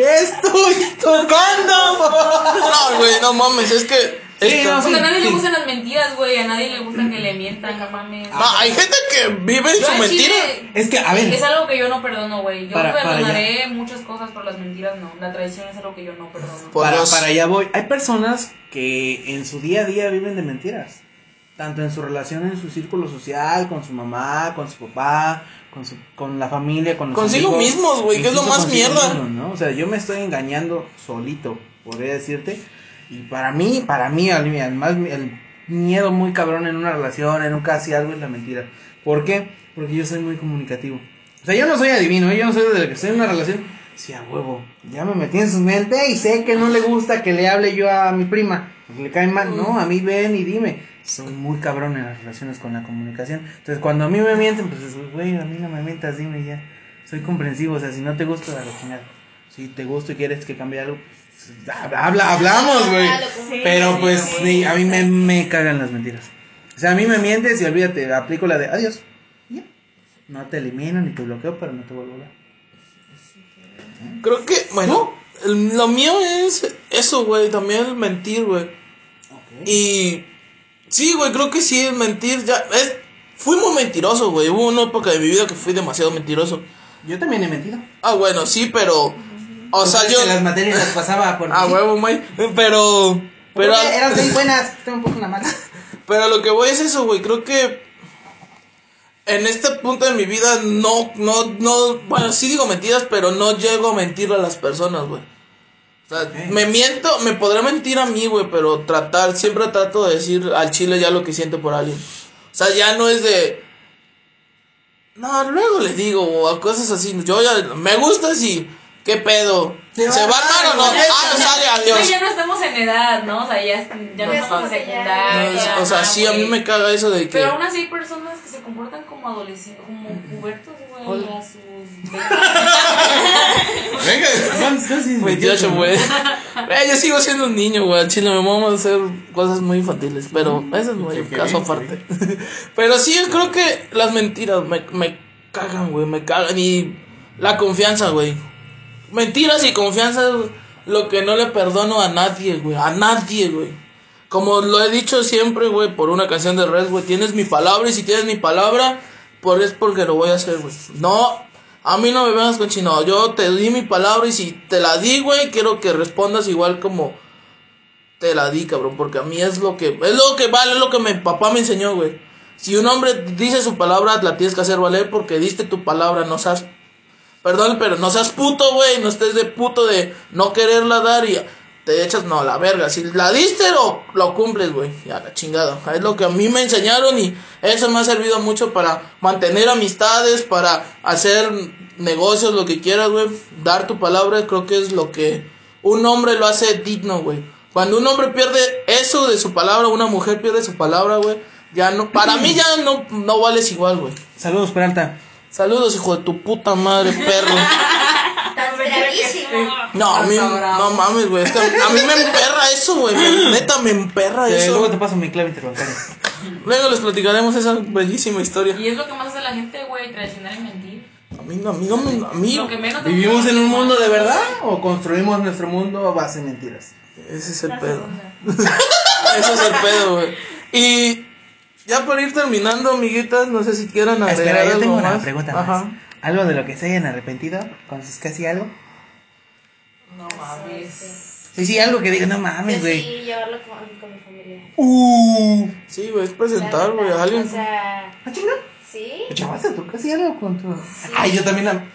A: Estoy tocando.
B: No, güey, no mames, es que.
A: Sí,
B: esta-
A: no,
D: Porque a nadie
A: sí.
D: le gustan las mentiras, güey. A nadie le gusta que le mientan, no mames.
B: No, hay gente que vive en
D: Yo
B: su
D: al
B: mentira.
D: chile,
A: Es que, a ver.
D: es algo que yo no perdono, güey. Yo
A: Para- para
D: perdonaré muchas cosas, pero las mentiras no. La traición es algo que yo no perdono.
B: Por
A: Para,
B: dos.
A: para allá voy. Hay personas que en su día a día viven de mentiras. Tanto en su relación, en su círculo social, con su mamá, con su papá, con, su, con la familia, con los
B: Consigo
A: amigos.
B: mismos, güey, que es lo
A: Incluso
B: más
A: consigo
B: mierda.
A: mismos, ¿no? O sea, yo me estoy engañando solito, podría decirte. Y para mí, para mí, el, el más, el miedo muy cabrón en una relación, en un casi algo, es la mentira. ¿Por qué? Porque yo soy muy comunicativo. O sea, yo no soy adivino, ¿eh? Yo no soy de que estoy en una relación. Sí, a huevo. Ya me metí en su mente y sé que no le gusta que le hable yo a mi prima. Porque le cae mal. No, a mí ven y dime. Soy muy cabrón en las relaciones con la comunicación. Entonces, cuando a mí me mienten, pues, güey, a mí no me mientas, dime ya. Soy comprensivo, o sea, si no te gusta, a la chingada. Si te gusta y quieres que cambie algo, pues, habla, hablamos, güey.
E: Sí,
A: Pero
E: sí,
A: pues,
E: sí,
A: ni- a mí me, me cagan las mentiras. O sea, a mí me mientes y olvídate, aplico la de adiós. Ya. No te elimino ni te bloqueo, pero no te vuelvo a hablar.
B: Creo que, bueno, el- lo mío es eso, güey. También el mentir, güey.
A: Ok.
B: Y sí, güey, creo que sí, es mentir. Ya, es, fui muy mentiroso, güey. Hubo una época de mi vida que fui demasiado mentiroso.
A: Yo también he mentido.
B: Ah, bueno, sí, pero. O
A: ¿Tú
B: sea,
A: crees
B: yo.
A: que las materias las pasaba por
B: Ah,
A: decir?
B: huevo, güey. Pero. Pero,
A: Pero eran muy buenas. Tengo un poco una mala.
B: pero a lo que voy es eso, güey. Creo que. En este punto de mi vida no, no, no. Bueno, sí digo mentiras, pero no llego a mentirle a las personas, güey. O sea,
A: Ok.
B: me miento, me podré mentir a mí, güey, pero tratar, siempre trato de decir al chile ya lo que siento por alguien. O sea, ya no es de. No, luego le digo, o a cosas así. Yo ya. Me gusta si. ¿Qué pedo? ¿Se va a armar o no? Ah, sale, adiós.
D: Güey, ya no estamos en edad, ¿no? O sea, ya, ya no
C: Ya
D: estamos en
C: estamos ya-
D: secundaria.
B: No, o sea,
D: ajá,
B: sí, a mí
D: güey.
B: me caga eso de que.
D: Pero aún así hay personas que se comportan como adolescentes, como pubertos, güey, a sus
A: Venga, ¿cuántos casi?
B: veintiocho, güey. Eh, yo sigo siendo un niño, güey. Al chile me vamos a hacer cosas muy infantiles. Pero ese es muy
A: Qué- qué
B: caso
A: bien,
B: aparte. Pero sí, yo creo que las mentiras me, me cagan, güey. Me cagan. Y la confianza, güey. Mentiras y confianza es lo que no le perdono a nadie, güey. A nadie, güey. Como lo he dicho siempre, güey, por una canción de Red, güey. Tienes mi palabra y si tienes mi palabra, por es porque lo voy a hacer, güey. No, a mí no me vengas con chino. Yo te di mi palabra y si te la di, güey, quiero que respondas igual como te la di, cabrón. Porque a mí es lo que, es lo que vale, es lo que mi papá me enseñó, güey. Si un hombre dice su palabra, la tienes que hacer valer porque diste tu palabra, no seas... Perdón, pero no seas puto, güey. No estés de puto de no quererla dar y te echas, no, la verga. Si la diste, lo, lo cumples, güey. Ya, la chingada. Es lo que a mí me enseñaron y eso me ha servido mucho para mantener amistades, para hacer negocios, lo que quieras, güey. Dar tu palabra, creo que es lo que un hombre lo hace digno, güey. Cuando un hombre pierde eso de su palabra, una mujer pierde su palabra, güey. Ya no, para mí ya no, no vales igual, güey.
A: Saludos, Peralta.
B: Saludos, hijo de tu puta madre, perro.
C: Tan bravísimo.
B: No, a mí, no mames, güey. Es que a mí me emperra eso, güey. me- Neta, me emperra
A: Eh,
B: eso.
A: luego te paso mi clave interbancaria.
B: Luego les platicaremos esa bellísima historia.
D: Y es lo que más hace la gente, güey, traicionar y mentir.
B: A mí no, a mí no me... A mí,
D: Lo que menos te
A: ¿Vivimos
D: gusta
A: en un
D: es
A: mundo de
D: más.
A: verdad o construimos nuestro mundo a base de mentiras?
B: ese es el
E: La
B: pedo.
E: segunda.
B: Eso es el pedo, güey. Y ya por ir terminando, amiguitas, no sé si quieran agregar
A: Espera, yo
B: algo
A: tengo
B: más.
A: una pregunta
B: Ajá.
A: más. ¿Algo de lo que se hayan arrepentido? ¿Con sus casi algo?
D: No mames.
A: Sí, sí, algo que diga, no
C: Yo
A: mames, güey.
C: sí, llevarlo con, con mi familia.
A: Uh.
B: Sí, güey, es presentar,
C: La
B: güey, a
C: verdad,
B: alguien.
C: O sea,
A: ¿Ah, chinga?
C: sí.
A: ¿Llevaste tú casi algo con tu...? Ay, yo también la...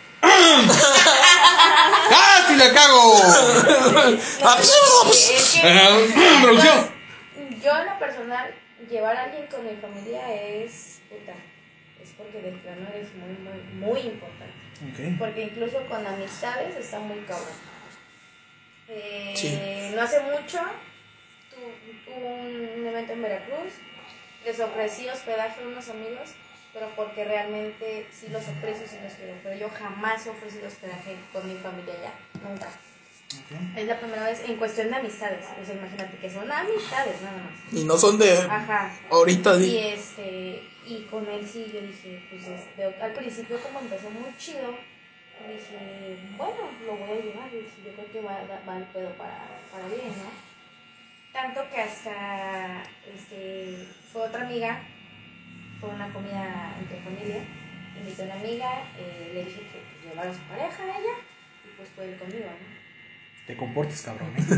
A: ¡Ah, sí la cago!
C: No, sí, es que,
A: Producción.
C: pues, yo en lo personal, llevar a alguien con mi familia es puta. Es porque de plano eres muy, muy, muy importante.
A: Ok.
C: Porque incluso con amistades está muy cabrón. Eh,
B: Sí.
C: No hace mucho tu- tuve un evento en Veracruz, les ofrecí hospedaje a unos amigos, pero porque realmente sí los aprecio y sí los quiero, pero yo jamás he ofrecido hospedaje con mi familia ya, nunca.
A: Ok.
C: Es la primera vez en cuestión de amistades, o sea, imagínate que son amistades nada más.
B: Y no son de
C: Ajá.
B: ahorita,
C: Y
B: di.
C: este, y con él sí yo dije, pues es- de- al principio como empezó muy chido, dije, bueno, lo voy a llevar, dije, yo creo que va, va, va el pedo para, para bien, ¿no? Tanto que hasta este, fue otra amiga, fue una comida entre familia, invité a una amiga, eh, le dije que pues, llevara a su pareja a ella, y pues fue él conmigo, ¿no?
A: Te comportes, cabrón, ¿eh?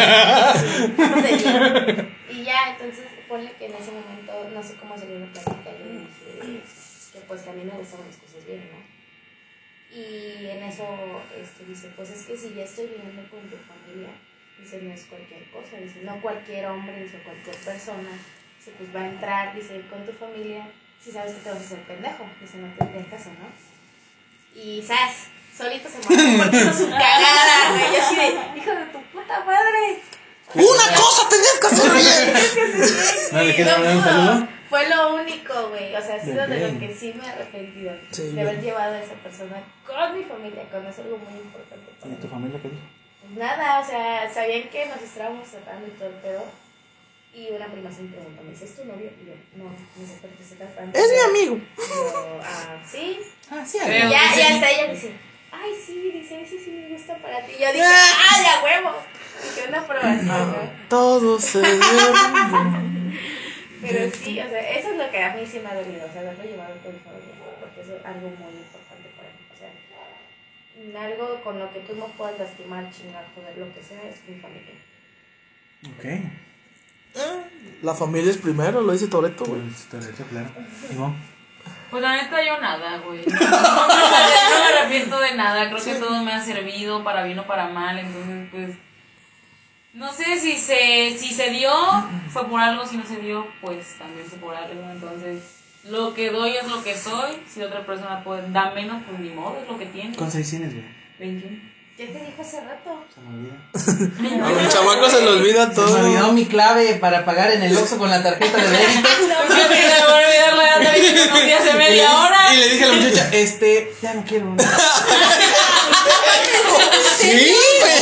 C: Y ya, entonces ponle que en ese momento, no sé cómo salió la plática, yo le dije que pues que a mí me gustaban las cosas bien, ¿no? Y en eso este, dice, pues es que si ya estoy viviendo con tu familia, dice, no es cualquier cosa, dice, no cualquier hombre, dice, cualquier persona, dice, pues va a entrar, dice, con tu familia, si sabes que te vas a hacer pendejo, dice, no te den caso, ¿no? Y ¡zas! Solito se mató porque hizo su cagada, güey, yo así de, hijo de tu puta madre.
B: ¡Una cosa tenías que hacer bien!
A: ¿No le quieres mandar un saludo?
C: Fue lo único, güey. O sea, ha sido de
A: Bien.
C: lo que sí me he arrepentido.
B: Sí,
C: de haber
B: bien.
C: llevado a esa persona con mi familia, con eso es algo muy importante para
A: ¿Y
C: mí.
A: tu familia qué dijo?
C: Pues nada, o sea, sabían que nos estábamos tratando y todo el pedo. Y una prima se me preguntó, ¿me dices tu novio? Y yo, no, me dice, ¿pero te estás tratando?
B: Es mi amigo.
C: Y yo, ah, ¿sí?
A: Ah, sí,
C: Y
D: Creo.
C: ya,
D: sí.
C: y hasta ella dice, ay, sí, dice, ese sí me gusta para ti. Y yo dije, ¡ay, a huevo! Dije, una aprobación, ¿no?
B: Todo se dio.
C: Pero sí, o sea, eso es lo que a mí sí me ha dolido, o sea, haberlo llevado con mi familia, porque eso es algo muy importante para mí. O sea, algo con lo que tú no puedas lastimar, chingar, joder, lo que sea, es mi familia.
A: Ok.
B: La familia es primero, lo dice Toretto, güey.
A: Pues, te lo he hecho claro. Simón.
D: Pues la neta yo nada, güey. No, no, no me arrepiento de nada. Creo que todo me ha servido para bien o para mal. Entonces, pues, no sé si se, si se dio, fue por algo. Si no se dio, pues también fue por algo. Entonces, lo que doy es lo que soy. Si otra persona puede, da menos, pues ni modo, es lo que tiene.
A: ¿Cuántos años tienes, güey?
D: veintiuno.
C: Ya te dijo hace rato.
A: Se me olvida.
B: A mi chamaco se le olvida
A: Se me olvidó
B: todo.
A: mi clave para pagar en el Oxxo con la tarjeta de débito.
D: Pues yo que se me voy a olvidar la edad de unos días de
A: Y le,
D: media hora.
A: y le dije a la muchacha, este, ya no quiero. Sí,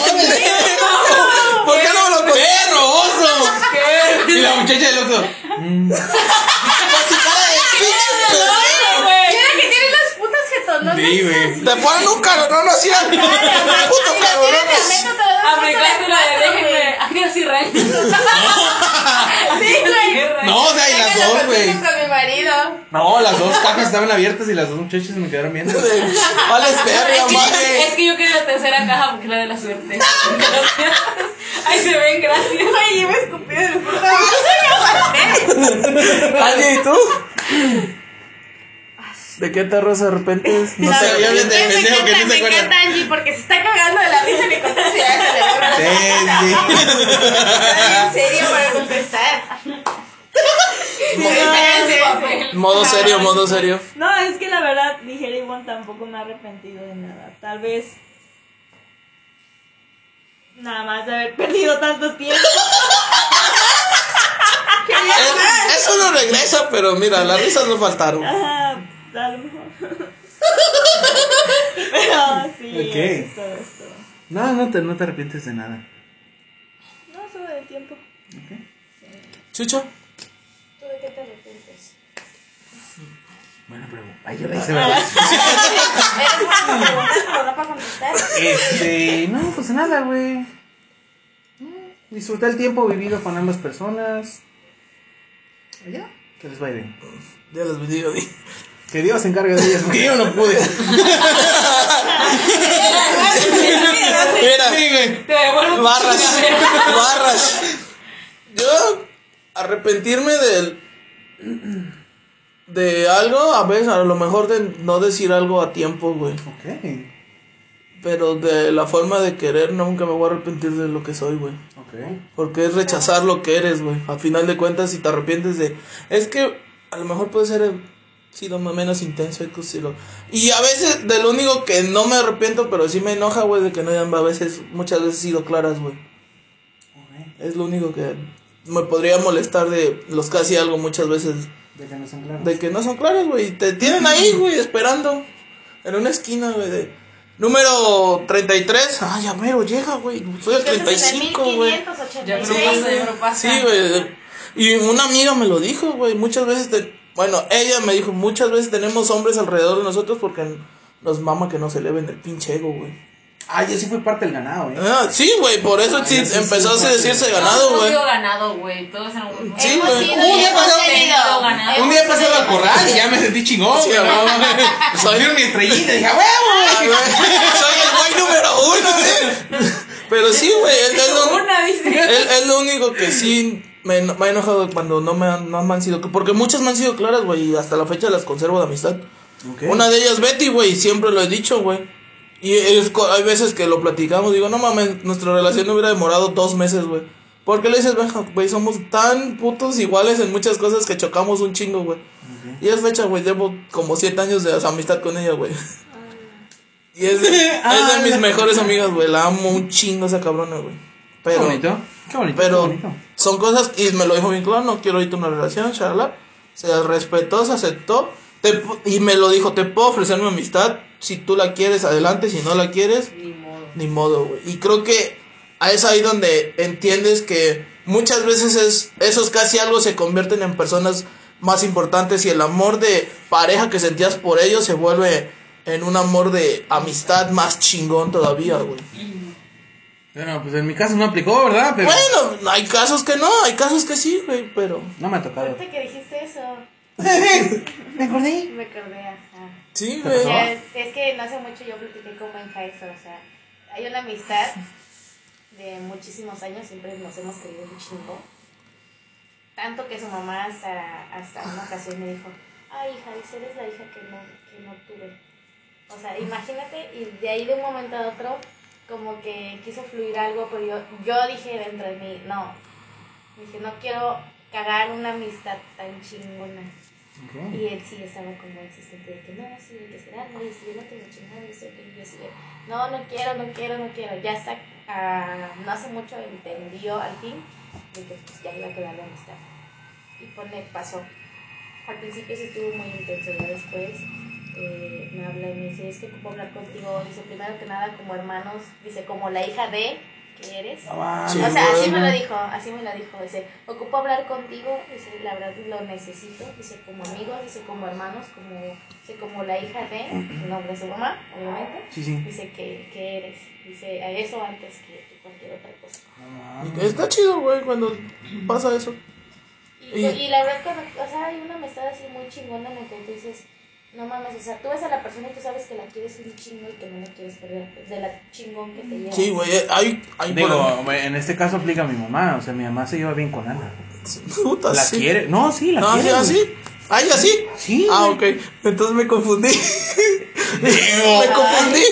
B: ¿Por qué no me lo contaste?
A: ¡Perro, oso!
D: ¿Qué?
A: Y la muchacha del Oxxo. mm,
B: Con su cara de pinche pendejo.
C: Mira que tienes las putas jetononas.
A: Sí, güey.
B: Te ponen un cabrón así. Un puto cabrón.
D: Aplicaste la de déjenme. Ay, así rayos.
C: Sí, güey.
A: No, o sea, y las
C: Déjalo
A: dos,
C: contigo
A: güey.
C: con mi marido.
A: No, las dos cajas estaban abiertas y las dos muchachas me quedaron viendo.
B: Vale, verga,
D: Es que,
B: madre.
D: es que yo quería la tercera caja porque es la de la suerte. Gracias. Ahí se ven, gracias.
C: Güey, yo me escupí del puta.
B: Oye, ¿y tú? ¿De qué te arrepientes? No
A: No,
B: sé.
A: ya ves,
C: Me
A: el pendejo que
C: encanta,
A: no se
C: me
A: acuerda.
C: encanta Angie porque se está cagando de la risa y me contesta y ya se le borra la
A: Sí,
C: Está en serio para contestar. Está en serio.
B: Modo serio, modo serio.
E: No, es que la verdad, dijera Ivonne, tampoco me he arrepentido de nada. Tal vez nada más de haber perdido tanto tiempo.
B: Eh, Eso no regresa, pero mira, las risas no faltaron.
E: Ajá, a lo mejor. Pero sí,
A: Ok.
E: eso es todo esto.
A: No, no te, no te arrepientes de nada.
E: No, solo del tiempo.
A: Ok.
B: Chucho.
C: ¿Tú de qué te arrepientes?
A: Buena pregunta. Ay, yo la hice, ¿verdad?
C: Eres buena para preguntar, pero no para contestar.
A: Este, no, pues nada, güey. No, disfrutar el tiempo vivido con ambas personas. Ya, que les vaya bien.
B: Ya los bendiga, di.
A: Que Dios se encargue de ellas, porque yo no pude.
B: Mira,
A: Sí, güey.
D: Te devuelvo tu
B: barras,
D: chingadera.
B: barras. Yo arrepentirme del de algo, a veces a lo mejor de no decir algo a tiempo, güey.
A: Ok,
B: Pero de la forma de querer nunca me voy a arrepentir de lo que soy, güey.
A: ok.
B: Porque es rechazar lo que eres, güey. Al final de cuentas, si te arrepientes de... Es que a lo mejor puede ser sido más menos intenso. Y a veces, de lo único que no me arrepiento, pero sí me enoja, güey, de que no hayan a veces, muchas veces sido claras, güey.
A: Ok.
B: Es lo único que me podría molestar de los casi algo muchas veces.
A: De que no son claros.
B: De que no son claras, güey. Te tienen ahí, güey, esperando. En una esquina, güey, de... Número treinta y tres. Ah, ya mero llega, güey. Soy el treinta y cinco, güey.
D: Ya me lo pasa, ya me lo pasa.
B: Sí, güey. Y una amiga me lo dijo, güey. Muchas veces, te... bueno, ella me dijo, muchas veces tenemos hombres alrededor de nosotros porque nos mama que nos eleven el pinche ego, güey.
A: Ah, yo sí fui parte del ganado, eh.
B: Ah, sí, güey, por eso
A: Ah,
B: sí,
A: yo sí
B: empezó
A: soy
B: a
A: parte
B: decirse
A: del-
B: ganado,
D: Todos
B: güey.
D: hemos sido ganado, güey. Todos en algún momento.
B: Sí,
C: Hemos
B: güey.
C: sido
A: Un
C: y
A: día
C: hemos
A: pasó-
C: tenido.
D: ganado.
A: Un día
C: Hemos
A: pasé
C: tenido.
A: al corral y ya me sentí chingón,
B: Sí,
A: güey.
B: güey.
A: No, salieron mi estrellita y dije, ¡a huevo!
B: Ah, güey, soy el güey número uno, güey. Pero sí, güey, es, es lo,
D: Una, dice.
B: es, es lo único que sí me, en- me ha enojado cuando no me han, no me han sido... Porque muchas me han sido claras, güey, y hasta la fecha las conservo de amistad.
A: Ok.
B: Una de ellas, Betty, güey, siempre lo he dicho, güey. Y es, co- hay veces que lo platicamos, digo, no mames, nuestra relación no hubiera demorado dos meses, güey. Porque le dices, "Venga, güey, somos tan putos iguales en muchas cosas que chocamos un chingo, güey. Y es fecha, güey, llevo como siete años de amistad con ella, güey. Y es de, es de mis mejores amigas, güey. La amo un chingo esa cabrona, güey.
A: Qué
B: Pero,
A: bonito. Qué bonito.
B: pero
A: qué bonito.
B: son cosas, y me lo dijo bien claro, no quiero ahorita una relación, shalala. Se respetó, se aceptó. Te, pu- y me lo dijo, te puedo ofrecer mi amistad. Si tú la quieres, adelante. Si no la quieres,
D: Ni modo.
B: ni modo, güey. Y creo que es ahí donde entiendes que muchas veces es, esos casi algo se convierten en personas más importantes y el amor de pareja que sentías por ellos se vuelve en un amor de amistad más chingón todavía, güey.
A: Bueno, pues en mi caso no aplicó, ¿verdad? Pero
B: Bueno, hay casos que no, hay casos que sí, güey, pero...
A: no me ha tocado.
C: Ahorita que dijiste eso,
A: ¿Me acordé?
C: me acordé, ajá.
B: Sí,
A: ¿Qué
B: güey.
A: pasó?
C: Ya, es, es que no hace mucho yo platiqué con Benja eso, o sea, hay una amistad de muchísimos años, siempre nos hemos querido un chingo. Tanto que su mamá hasta, hasta una ocasión me dijo, ay hija, dice, eres la hija que no, que no tuve. O sea, imagínate, y de ahí de un momento a otro, como que quiso fluir algo, pero yo, yo dije dentro de mí, no, dije, no quiero cagar una amistad tan chingona.
A: Ok.
C: Y él sí estaba como insistente de que no, sí, de que será, no, y si yo no tengo chingada, y yo así de, no, no quiero, no quiero, no quiero. Ya hasta, ah, no hace mucho entendió al fin de que pues ya iba a quedar la amistad. Y pone, pasó. Al principio sí estuvo muy intenso, ya después eh, me habla y me dice, es que ocupo hablar contigo, dice, primero que nada como hermanos, dice, como la hija de que eres.
A: Ah,
B: Sí,
C: O sea, así
B: güey.
C: me lo dijo, así me lo dijo, dice, ocupo hablar contigo, dice, la verdad lo necesito, dice, como amigos, dice, como hermanos, como, dice, como la hija de, el nombre de su mamá, obviamente,
A: Sí, sí.
C: dice, que, que eres, dice, a eso antes que, que cualquier otra cosa.
B: Está chido, güey, cuando pasa eso.
C: Y,
B: Y-
C: y la verdad, cuando, o sea, hay una amistad así muy chingona en la que tú dices, no mames, o sea, tú ves a la persona y tú sabes que la quieres un chingo y que no la quieres perder, de la chingón que te lleva.
B: Sí, güey, hay... hay
A: Digo, güey, en este caso aplica a mi mamá. O sea, mi mamá se lleva bien con Ana.
B: Puta,
A: La
B: sí.
A: quiere. No, sí, la
B: No,
A: quiere.
B: ¿sí,
A: güey.
B: así? ¿Ay, así?
A: Sí,
B: Ah,
A: güey.
B: ok. Entonces me confundí.
A: Digo,
B: me confundí.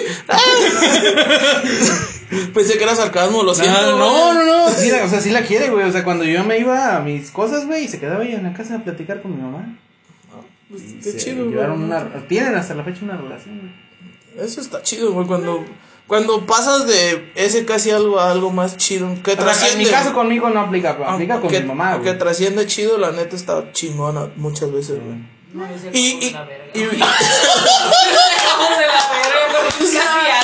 B: Pensé que era sarcasmo, lo siento.
A: No, no,
B: güey.
A: no, no. Sí, la- o sea, sí la quiere, güey. O sea, cuando yo me iba a mis cosas, güey, y se quedaba ella en la casa a platicar con mi mamá.
B: Pues,
A: Y
B: qué
A: se
B: chido, güey.
A: llevaron una, tienen hasta la fecha una relación, güey.
B: Eso está chido, güey. Cuando, cuando pasas de ese casi algo a algo más chido. Que
A: O sea,
B: trasciende.
A: en mi caso conmigo no aplica,
B: Ah,
A: aplica con
B: que,
A: mi mamá,
B: que
A: güey.
B: trasciende chido, la neta está chingona muchas veces, güey.
D: No, yo sé
B: Y,
D: cómo
B: y,
D: de la verga.
B: y,
D: Dejamos de la verga con casi algo, güey.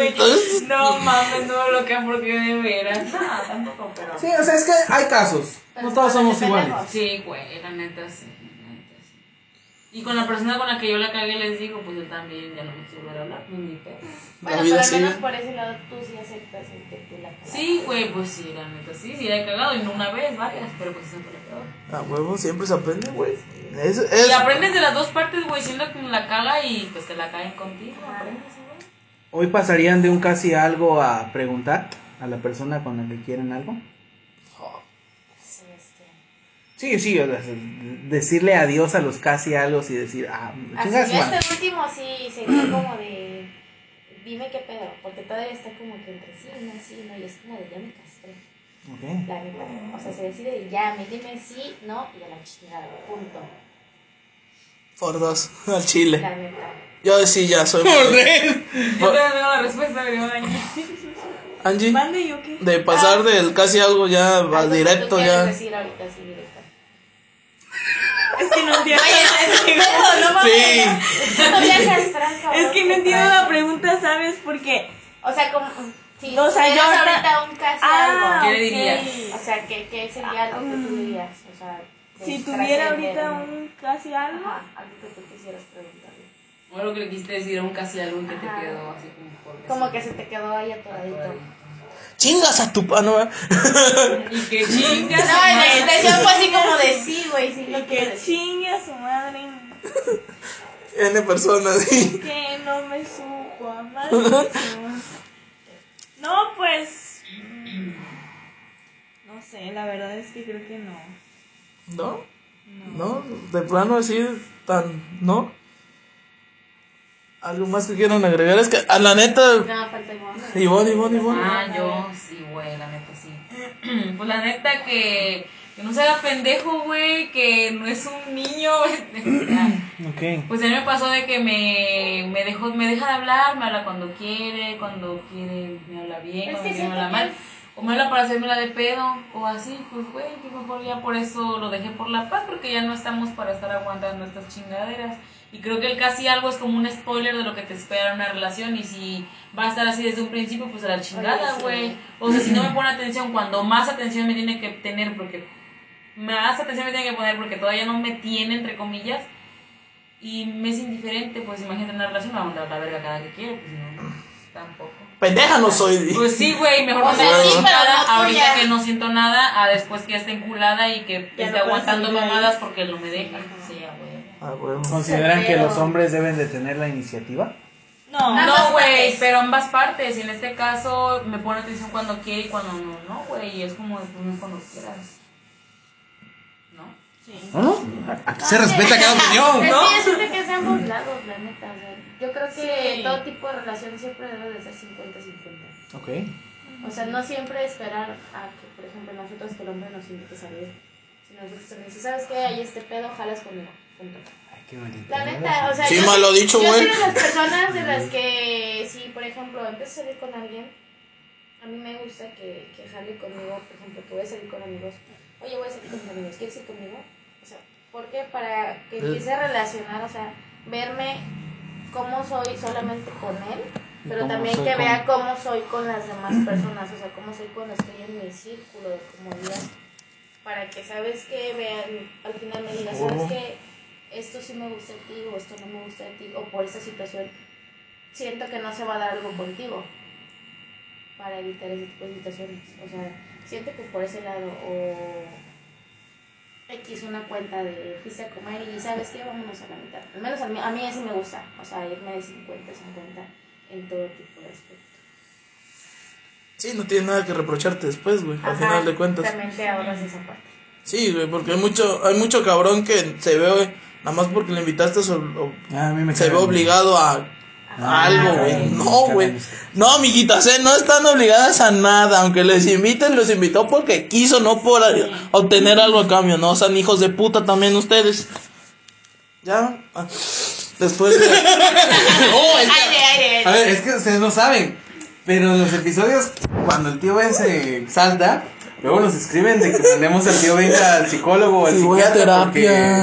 D: güey. No mames, no me bloquean porque de veras. No, tampoco, pero.
A: Sí, o sea, es que hay casos.
C: Pero
A: No todos
C: son
A: somos
C: de
A: iguales.
C: pendejos.
D: Sí, güey, la neta sí. La neta sí. Y con la persona con la que yo la cagué les digo, pues él también ya no me quiso volver a hablar, pues ni pedo.
C: Bueno,
B: La
C: pero
B: vida
C: al menos
B: sigue.
C: por ese lado tú sí aceptas el que tú la cagaste.
D: Sí, güey, pues sí, la neta sí, sí la he cagado y no una vez, varias, pero pues eso fue lo peor.
B: A huevo, siempre se aprende, güey. Es, es...
D: Y aprendes de las dos partes, güey, siendo que la caga y pues que la caen contigo, aprendes, güey.
A: Hoy pasarían de un casi algo a preguntar a la persona con la que quieren algo.
C: Sí, este.
A: Sí, sí, o sea, decirle adiós a los casi algo y decir, ah,
C: Así
A: chingas,
C: ya
A: man.
C: este último sí sería como de. Dime qué pedo, porque todavía está como que entre sí, no, sí, no, y es como de ya me castré.
A: Ok.
C: La neta. O sea, se decide de ya, me dime sí, no, y a la chingada, punto.
B: Por dos, al chile.
C: La neta.
B: Yo sí, ya soy.
A: Por tres.
D: Yo también tengo la respuesta, pero me dañé.
B: Angie,
E: ¿Mande y yo qué?
B: de pasar del casi algo ya va
C: Algo que
B: directo
C: tú quieres
B: ya.
C: decir ahorita, sí, directo.
E: Es que no entiendo.
C: Oye, pedo, no mames.
B: Sí.
C: No viajes atrás, cabrón,
E: Es que no
C: te
E: entiendo
C: traes.
E: la pregunta, ¿sabes? Porque.
C: O sea, como. Si
E: O sea, yo
C: tuvieras
E: ahorita-
C: ahorita un casi
E: Ah,
C: algo.
D: ¿Qué le dirías?
C: O sea, ¿qué, qué sería lo que tú dirías? O sea, de
E: Si tuviera
C: trascender,
E: ahorita
C: ¿no?
E: un casi algo.
C: Ajá, algo que tú quisieras preguntarle.
D: O algo que le quisiste decir a un casi algo y que te
C: Ajá.
D: quedó así como por
C: Como
D: decir.
C: que se te quedó ahí atoradito.
D: Atoradito.
B: Chingas a tu pano, ¿eh?
D: Y que chingas.
C: No, y la expresión fue así como de sí, güey, sí,
E: Y
C: lo quiero
E: que
C: decir.
E: chingue a su madre.
B: N personas, sí.
E: Que no me supo a maldición. No, pues. No sé, la verdad es que creo que no.
B: ¿No? No, de plano así, tan. ¿No? ¿Algo más que quieran agregar? Es que a la neta.
C: No, falta Ivonne.
B: Ivonne, Ivonne, Ivonne.
D: Ah, yo sí, güey, la neta sí. Pues la neta que, que no se haga pendejo, güey, que no es un niño.
A: Ok.
D: Pues a mí me pasó de que me, me dejó, me deja de hablar, me habla cuando quiere, cuando quiere me habla bien,
C: Es
D: cuando
C: que
D: quiere me
C: siento
D: habla
C: que
D: mal. O me habla para hacerme la de pedo, o así, pues güey, que mejor ya por eso lo dejé por la paz, porque ya no estamos para estar aguantando estas chingaderas. Y creo que el casi algo es como un spoiler de lo que te espera en una relación, y si va a estar así desde un principio, pues a la chingada,
C: Oye, sí.
D: güey. O sea, si no me pone atención, cuando más atención me tiene que tener, porque más atención me tiene que poner, porque todavía no me tiene, entre comillas, y me es indiferente, pues imagínate una relación, me va a mandar a la verga cada que quiere, pues no, tampoco.
B: Pendeja no soy.
D: Pues sí, güey, mejor
C: O
D: no
C: sea,
D: siento
C: sí, pero
D: nada
C: no
D: ahorita
C: tuya.
D: que no siento nada, a después que ya esté enculada y que
E: Ya
D: esté
E: no puedes
D: aguantando
E: salir de ahí.
D: mamadas porque él no me deja. Sí, ya, güey.
B: Ah, bueno.
A: ¿Consideran que
C: Pero-
A: los hombres deben de tener la iniciativa?
E: No.
C: Ambas
D: No, güey,
C: partes.
D: pero ambas partes. Y en este caso me pone atención cuando quiere y cuando no, no, güey. Y es como, pues no es cuando quieras. ¿No?
E: Sí.
A: ¿No? Aquí se respeta cada opinión.
C: Es
A: ¿no?
C: que yo siento que es de ambos lados, la neta. O sea, yo creo que
E: Sí.
C: todo tipo de relación siempre debe de ser cincuenta cincuenta.
A: Ok.
C: O sea, no siempre esperar a que, por ejemplo, nosotros que el hombre nos invite a salir. Si nosotros también, si sabes que hay este pedo, jalas conmigo. Punto.
A: Ay, qué bonito.
C: La neta, o sea,
B: Sí,
C: yo,
B: mal lo dicho,
C: yo
B: güey.
C: soy de las personas de las que, si por ejemplo empiezo a salir con alguien, a mí me gusta que, que jale conmigo, por ejemplo, que voy a salir con amigos. Oye, voy a salir con mis amigos, ¿quieres ir conmigo? O sea, ¿por qué? Para que empiece a relacionar, o sea, verme cómo soy solamente con él,
A: Y
C: pero
A: cómo
C: también
A: soy
C: que
A: con-
C: vea cómo soy con las demás personas, o sea, cómo soy cuando estoy en mi círculo de comodidad. Para que, ¿sabes qué? Vean, al final me diga, ¿sabes
B: Oh.
C: qué? Esto sí me gusta de ti, o esto no me gusta de ti, o por esta situación siento que no se va a dar algo contigo, para evitar ese tipo de situaciones. O sea, siento que por ese lado, o X una cuenta de fuiste a comer y ¿sabes qué? Vámonos a la mitad. Al menos a mí, a mí así me gusta, o sea, irme de cincuenta cincuenta en todo tipo de aspectos.
B: Sí, no tiene nada que reprocharte después, güey. Al
C: Ajá,
B: final de cuentas.
C: también te ahorras esa parte.
B: Sí, güey, porque hay mucho, hay mucho cabrón que se ve, güey, nada más porque le invitaste, so- o-
A: Ah, a mí me
B: se ve
A: cagan.
B: obligado a, a
C: Ajá,
B: algo,
C: güey.
B: güey.
A: Me
B: No,
A: cagan
B: güey.
A: eso.
B: No, amiguitas, eh, no están obligadas a nada. Aunque les inviten, los invitó porque quiso, no por eh, obtener algo a cambio. No sean hijos de puta también ustedes. Ya. Ah, después de.
A: Oh, es que-
C: Aire, aire, aire.
A: A ver, es que ustedes no saben, pero en los episodios, cuando el tío Ben se salta, luego nos escriben de que mandemos al tío Ben al psicólogo o al
B: Si voy a
A: psiquiatra
B: terapia.
A: porque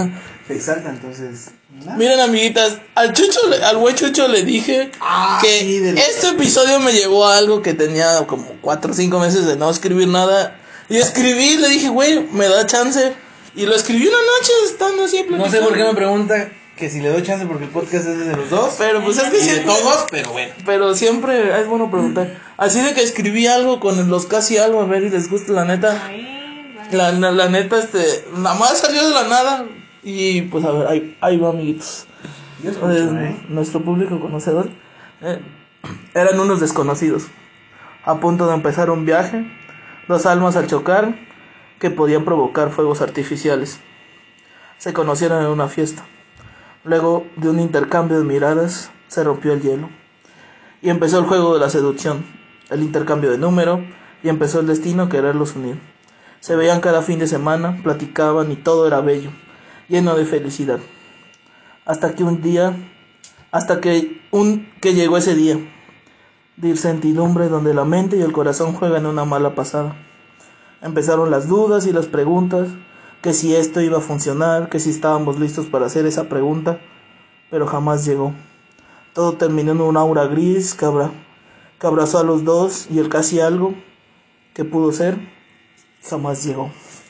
A: se exalta, entonces. ¿no?
B: Miren, amiguitas, al Chucho, le- al güey Chucho le dije
A: Ah,
B: que
A: sí, del-
B: este episodio me llevó a algo que tenía como cuatro o cinco meses de no escribir nada. Y escribí, le dije, güey, me da chance. Y lo escribí una noche, estando así.
A: No sé por qué me pregunta que si le doy chance porque el podcast es de los dos.
B: Pero pues es que
A: Y de
B: siempre,
A: todos, pero bueno.
B: pero siempre es bueno preguntar. Así de que escribí algo con los casi algo, a ver y les gusta, la neta.
E: Ay, va.
B: La, la, la neta, este, nada más salió de la nada. Y pues a ver, ahí, ahí va, amiguitos.
A: Yo escucho,
B: Eh,
A: ¿eh?
B: Nuestro público conocedor. eh, eran unos desconocidos, a punto de empezar un viaje. Dos almas al chocar que podían provocar fuegos artificiales. Se conocieron en una fiesta. Luego de un intercambio de miradas, se rompió el hielo. Y empezó el juego de la seducción, el intercambio de número, y empezó el destino quererlos unir. Se veían cada fin de semana, platicaban y todo era bello, lleno de felicidad. Hasta que un día, hasta que un que llegó ese día de incertidumbre donde la mente y el corazón juegan una mala pasada. Empezaron las dudas y las preguntas, que si esto iba a funcionar, que si estábamos listos para hacer esa pregunta, pero jamás llegó. Todo terminó en un aura gris que, abra, que abrazó a los dos y el casi algo que pudo ser, jamás llegó.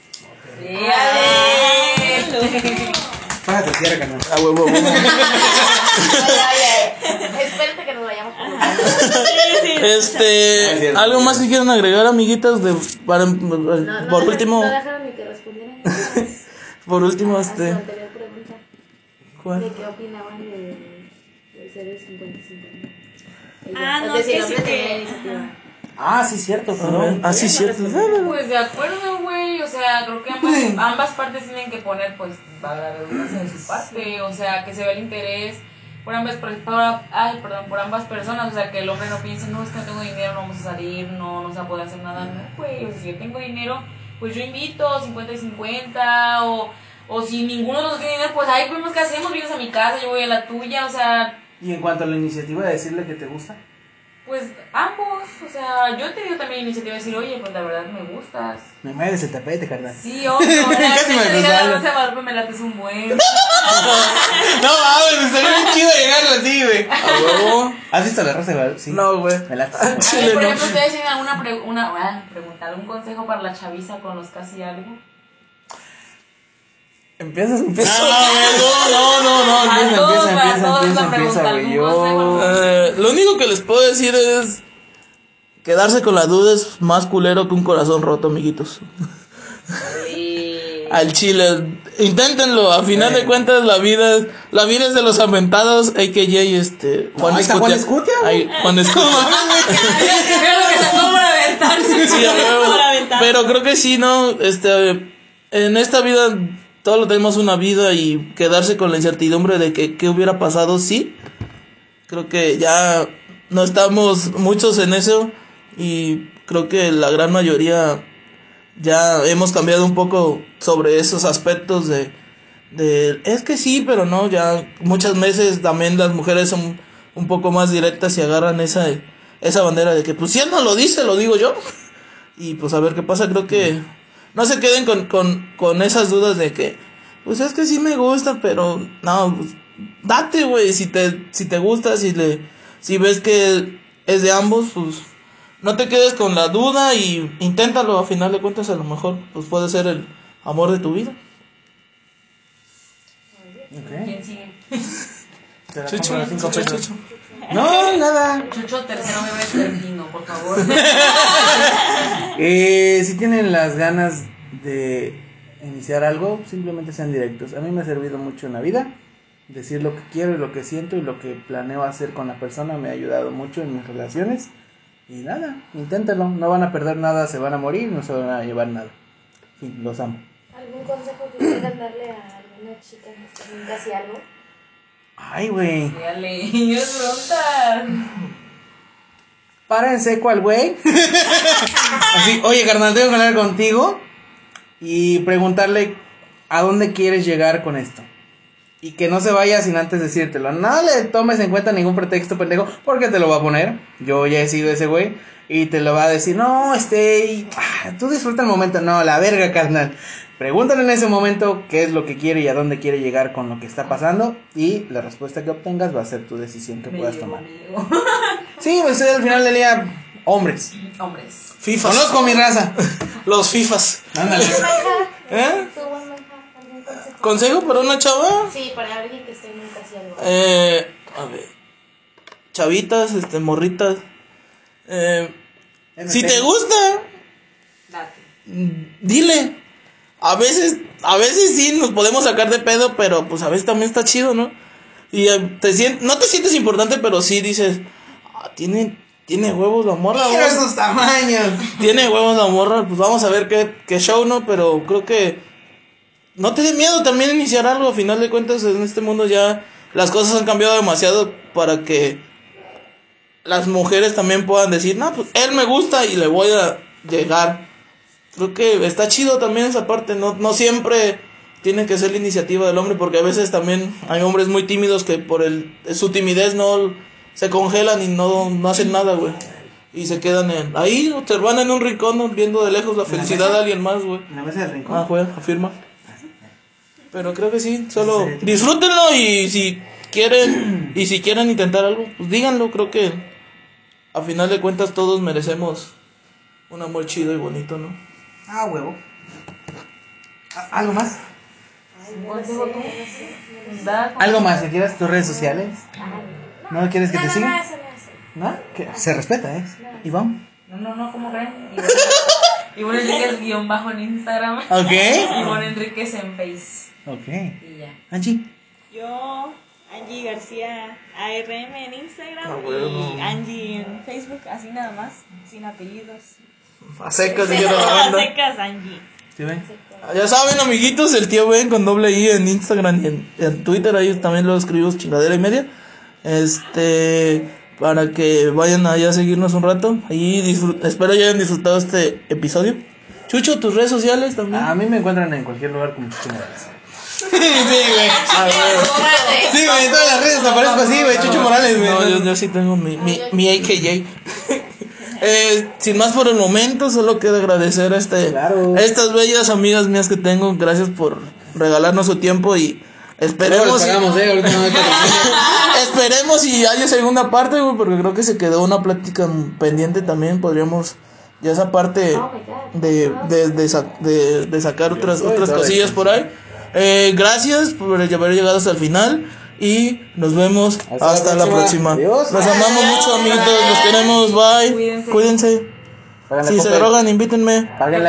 A: Págate, cierra, carnal.
B: A huevo, huevo.
C: Oye, oye, espérate que nos vayamos por
B: Este, ¿algo más que quieran agregar, amiguitas? De, para,
C: no, no,
B: por
C: no,
B: último,
C: No dejaron ni que respondieran a su
B: por último, este,
C: anterior pregunta.
B: ¿cuál?
C: ¿De qué opinaban de, de ser el cincuenta cincuenta?
E: Ah,
C: Es
E: no,
C: decir,
E: que
C: hombre
E: sí
C: tenía
E: que-
C: iniciativa.
E: ajá.
A: Ah, sí, cierto,
B: A ver,
A: perdón.
B: ah, sí, cierto.
D: Pues de acuerdo, güey, o sea, creo que ambas, ambas partes tienen que poner, pues, para la redundancia de su parte, o sea, que se vea el interés por ambas, por, por- ay, perdón, por ambas personas, o sea, que el hombre no piense, no, es que no tengo dinero, no vamos a salir, no, no se puede hacer nada, no, güey, o sea, si yo tengo dinero, pues yo invito, cincuenta y cincuenta, o, o si ninguno de los tiene dinero, pues ahí vemos qué hacemos, vienes a mi casa, yo voy a la tuya, o sea,
A: Y en cuanto a la iniciativa de decirle que te gusta.
D: pues ambos, o sea, yo he tenido también iniciativa de decir, oye, pues la verdad me gustas.
A: Me mueves el tapete, carnal.
D: Sí, obvio, ¿verdad?
A: Casi me
D: Te diga
A: resbalo.
D: la Rosa de Guadalupe, me lates un buen.
A: No mames, estaría bien chido llegarlo así, güey.
B: A huevo.
A: ¿Has visto la Rosa de Guadalupe? Sí.
B: No, güey.
A: Me late.
B: Ah,
D: A
B: chile,
D: ver, por
B: no.
D: ejemplo, ustedes tienen alguna pre una, ah, pregunta, algún consejo para la chaviza con los casi algo.
B: Empiezas, empiezas.
A: No, no, no, no,
D: A
A: empieza,
D: todos,
A: empieza,
D: para
A: empieza,
D: todos
A: empieza,
D: la pregunta,
A: empieza, güey.
D: algún consejo.
A: Yo.
B: Eh, lo único que les puedo decir es quedarse con la duda es más culero que un corazón roto, amiguitos. Al chile, inténtenlo, a final de
A: Eh.
B: cuentas la vida, la vida es de los aventados, a k a este, Juan
A: No, ahí está Juan Escutia, güey.
B: Ay, Juan Escutia.
D: Creo que sacó para aventarse.
B: Sí, a huevo.
E: Por aventar.
B: Pero creo que sí, no, este, en esta vida todos tenemos una vida y quedarse con la incertidumbre de que qué hubiera pasado, sí. Creo que ya no estamos muchos en eso y creo que la gran mayoría ya hemos cambiado un poco sobre esos aspectos de, de es que sí, pero no, ya muchas veces también las mujeres son un poco más directas y agarran esa, esa bandera de que pues si él no lo dice, lo digo yo. Y pues a ver qué pasa, creo que no se queden con, con, con esas dudas de que pues es que sí me gusta, pero no, pues, date, güey, si te, si te gusta, si le, si ves que es de ambos, pues no te quedes con la duda y inténtalo, a final de cuentas a lo mejor pues puede ser el amor de tu vida.
A: Ok.
D: ¿Quién sigue?
A: Te la
B: Chucho,
A: compro a cinco
B: chucho,
A: pesos.
B: chucho.
A: No, nada.
D: Chucho, tercero bebé termino, por favor.
A: Eh, si tienen las ganas de iniciar algo, simplemente sean directos. A mí me ha servido mucho en la vida. Decir lo que quiero y lo que siento y lo que planeo hacer con la persona me ha ayudado mucho en mis relaciones. Y nada, inténtalo. No van a perder nada, se van a morir, no se van a llevar nada. Sí, los amo.
C: ¿Algún consejo que quieran darle a alguna chica que está en casi algo?
A: Ay, güey.
D: Dale, es pregunta.
A: Para en seco al güey. Así, oye, carnal, tengo que hablar contigo y preguntarle a dónde quieres llegar con esto. Y que no se vaya sin antes decírtelo. No le tomes en cuenta ningún pretexto pendejo, porque te lo va a poner. Yo ya he sido ese güey. Y te lo va a decir, no, este, y, ah, tú disfruta el momento. No, la verga, carnal. Pregúntale en ese momento qué es lo que quiere y a dónde quiere llegar con lo que está pasando. Y la respuesta que obtengas va a ser tu decisión que
D: Me
A: puedas
D: llevo,
A: tomar.
D: me llevo.
A: Sí, pues al final del día, hombres.
D: Hombres.
B: Fifas.
A: Conozco mi raza.
B: Los Fifas.
A: Ándale.
B: ¿Eh?
C: ¿Tú, buen Benja, algún consejo?
B: ¿Consejo para una chava?
C: Sí, para alguien que esté en un casi algo.
B: Eh, a ver. Chavitas, este, morritas. Eh, si te gusta,
D: Date.
B: dile. A veces, a veces sí nos podemos sacar de pedo, pero pues a veces también está chido, ¿no? Y eh, te sient, no te sientes importante, pero sí dices, ah, tiene, tiene huevos la morra,
A: Mira
B: vamos-
A: esos tamaños.
B: tiene huevos la morra, pues vamos a ver qué, qué show, ¿no? Pero creo que no te dé miedo también iniciar algo, a final de cuentas en este mundo ya las cosas han cambiado demasiado para que las mujeres también puedan decir, no, pues él me gusta y le voy a llegar. Creo que está chido también esa parte, no, no siempre tiene que ser la iniciativa del hombre, porque a veces también hay hombres muy tímidos que por el, su timidez no se congelan y no, no hacen nada, güey. Y se quedan en, ahí, observando en un rincón, ¿no? Viendo de lejos la felicidad de alguien más, güey.
A: ¿En la mesa del rincón?
B: Ah, güey, afirma. Pero creo que sí, solo disfrútenlo y si quieren, y si quieren intentar algo, pues díganlo, creo que a final de cuentas todos merecemos un amor chido y bonito, ¿no?
A: Ah, huevo. ¿A- ¿Algo más?
D: Consejo tú. Da-
A: ¿Algo más que quieras? ¿Tus redes sociales? ¿No quieres que te
C: Nada
A: sigan?
C: más, se me hace.
A: ¿No? Que se respeta, ¿eh? Iván.
D: No, no, no, ¿cómo creen? Ivonne Enríquez guión bajo en Instagram.
A: Ok.
D: Ivonne Enríquez en Face.
A: Ok.
D: Y ya.
A: Angie.
E: Yo, Angie García A R M en Instagram
B: Ah, bueno.
E: y Angie en Facebook, así nada más, sin apellidos.
B: A secas, dijeron la
E: A
B: banda.
E: secas, Angie.
A: ¿Sí ven?
B: Ya saben, amiguitos, el tío Ben con doble I en Instagram y en, en Twitter, ahí también lo escribimos chingadera y media. Este, para que vayan allá a seguirnos un rato. Ahí disfrut- espero ya hayan disfrutado este episodio. Chucho, tus redes sociales también.
A: A mí me encuentran en cualquier lugar como Chucho Morales. sí, güey.
B: A ver.
A: Sí, güey, en todas las redes aparezco así, güey. Chucho Morales, güey.
B: No, yo, yo sí tengo mi, mi, mi A K J. Eh, sin más por el momento, solo queda agradecer a, este,
A: Claro.
B: a estas bellas amigas mías que tengo. Gracias por regalarnos su tiempo y
A: Luego
B: esperemos.
A: les pagamos, eh. Ahorita no me patrocinan.
B: Esperemos si haya segunda parte, güey, porque creo que se quedó una plática pendiente también. Podríamos ya esa parte de, de, de, sa- de, de sacar otras,
A: soy
B: otras
A: toda
B: cosillas por ahí. Eh, gracias por haber llegado hasta el final y nos vemos hasta,
A: Hasta la
B: la próxima.
A: próxima. Adiós.
B: Los amamos mucho, amiguitos. Los queremos. Bye.
D: Cuídense.
B: Cuídense.
A: Páganle
B: Si se
A: Coppel.
B: drogan, invítenme.
A: Páganle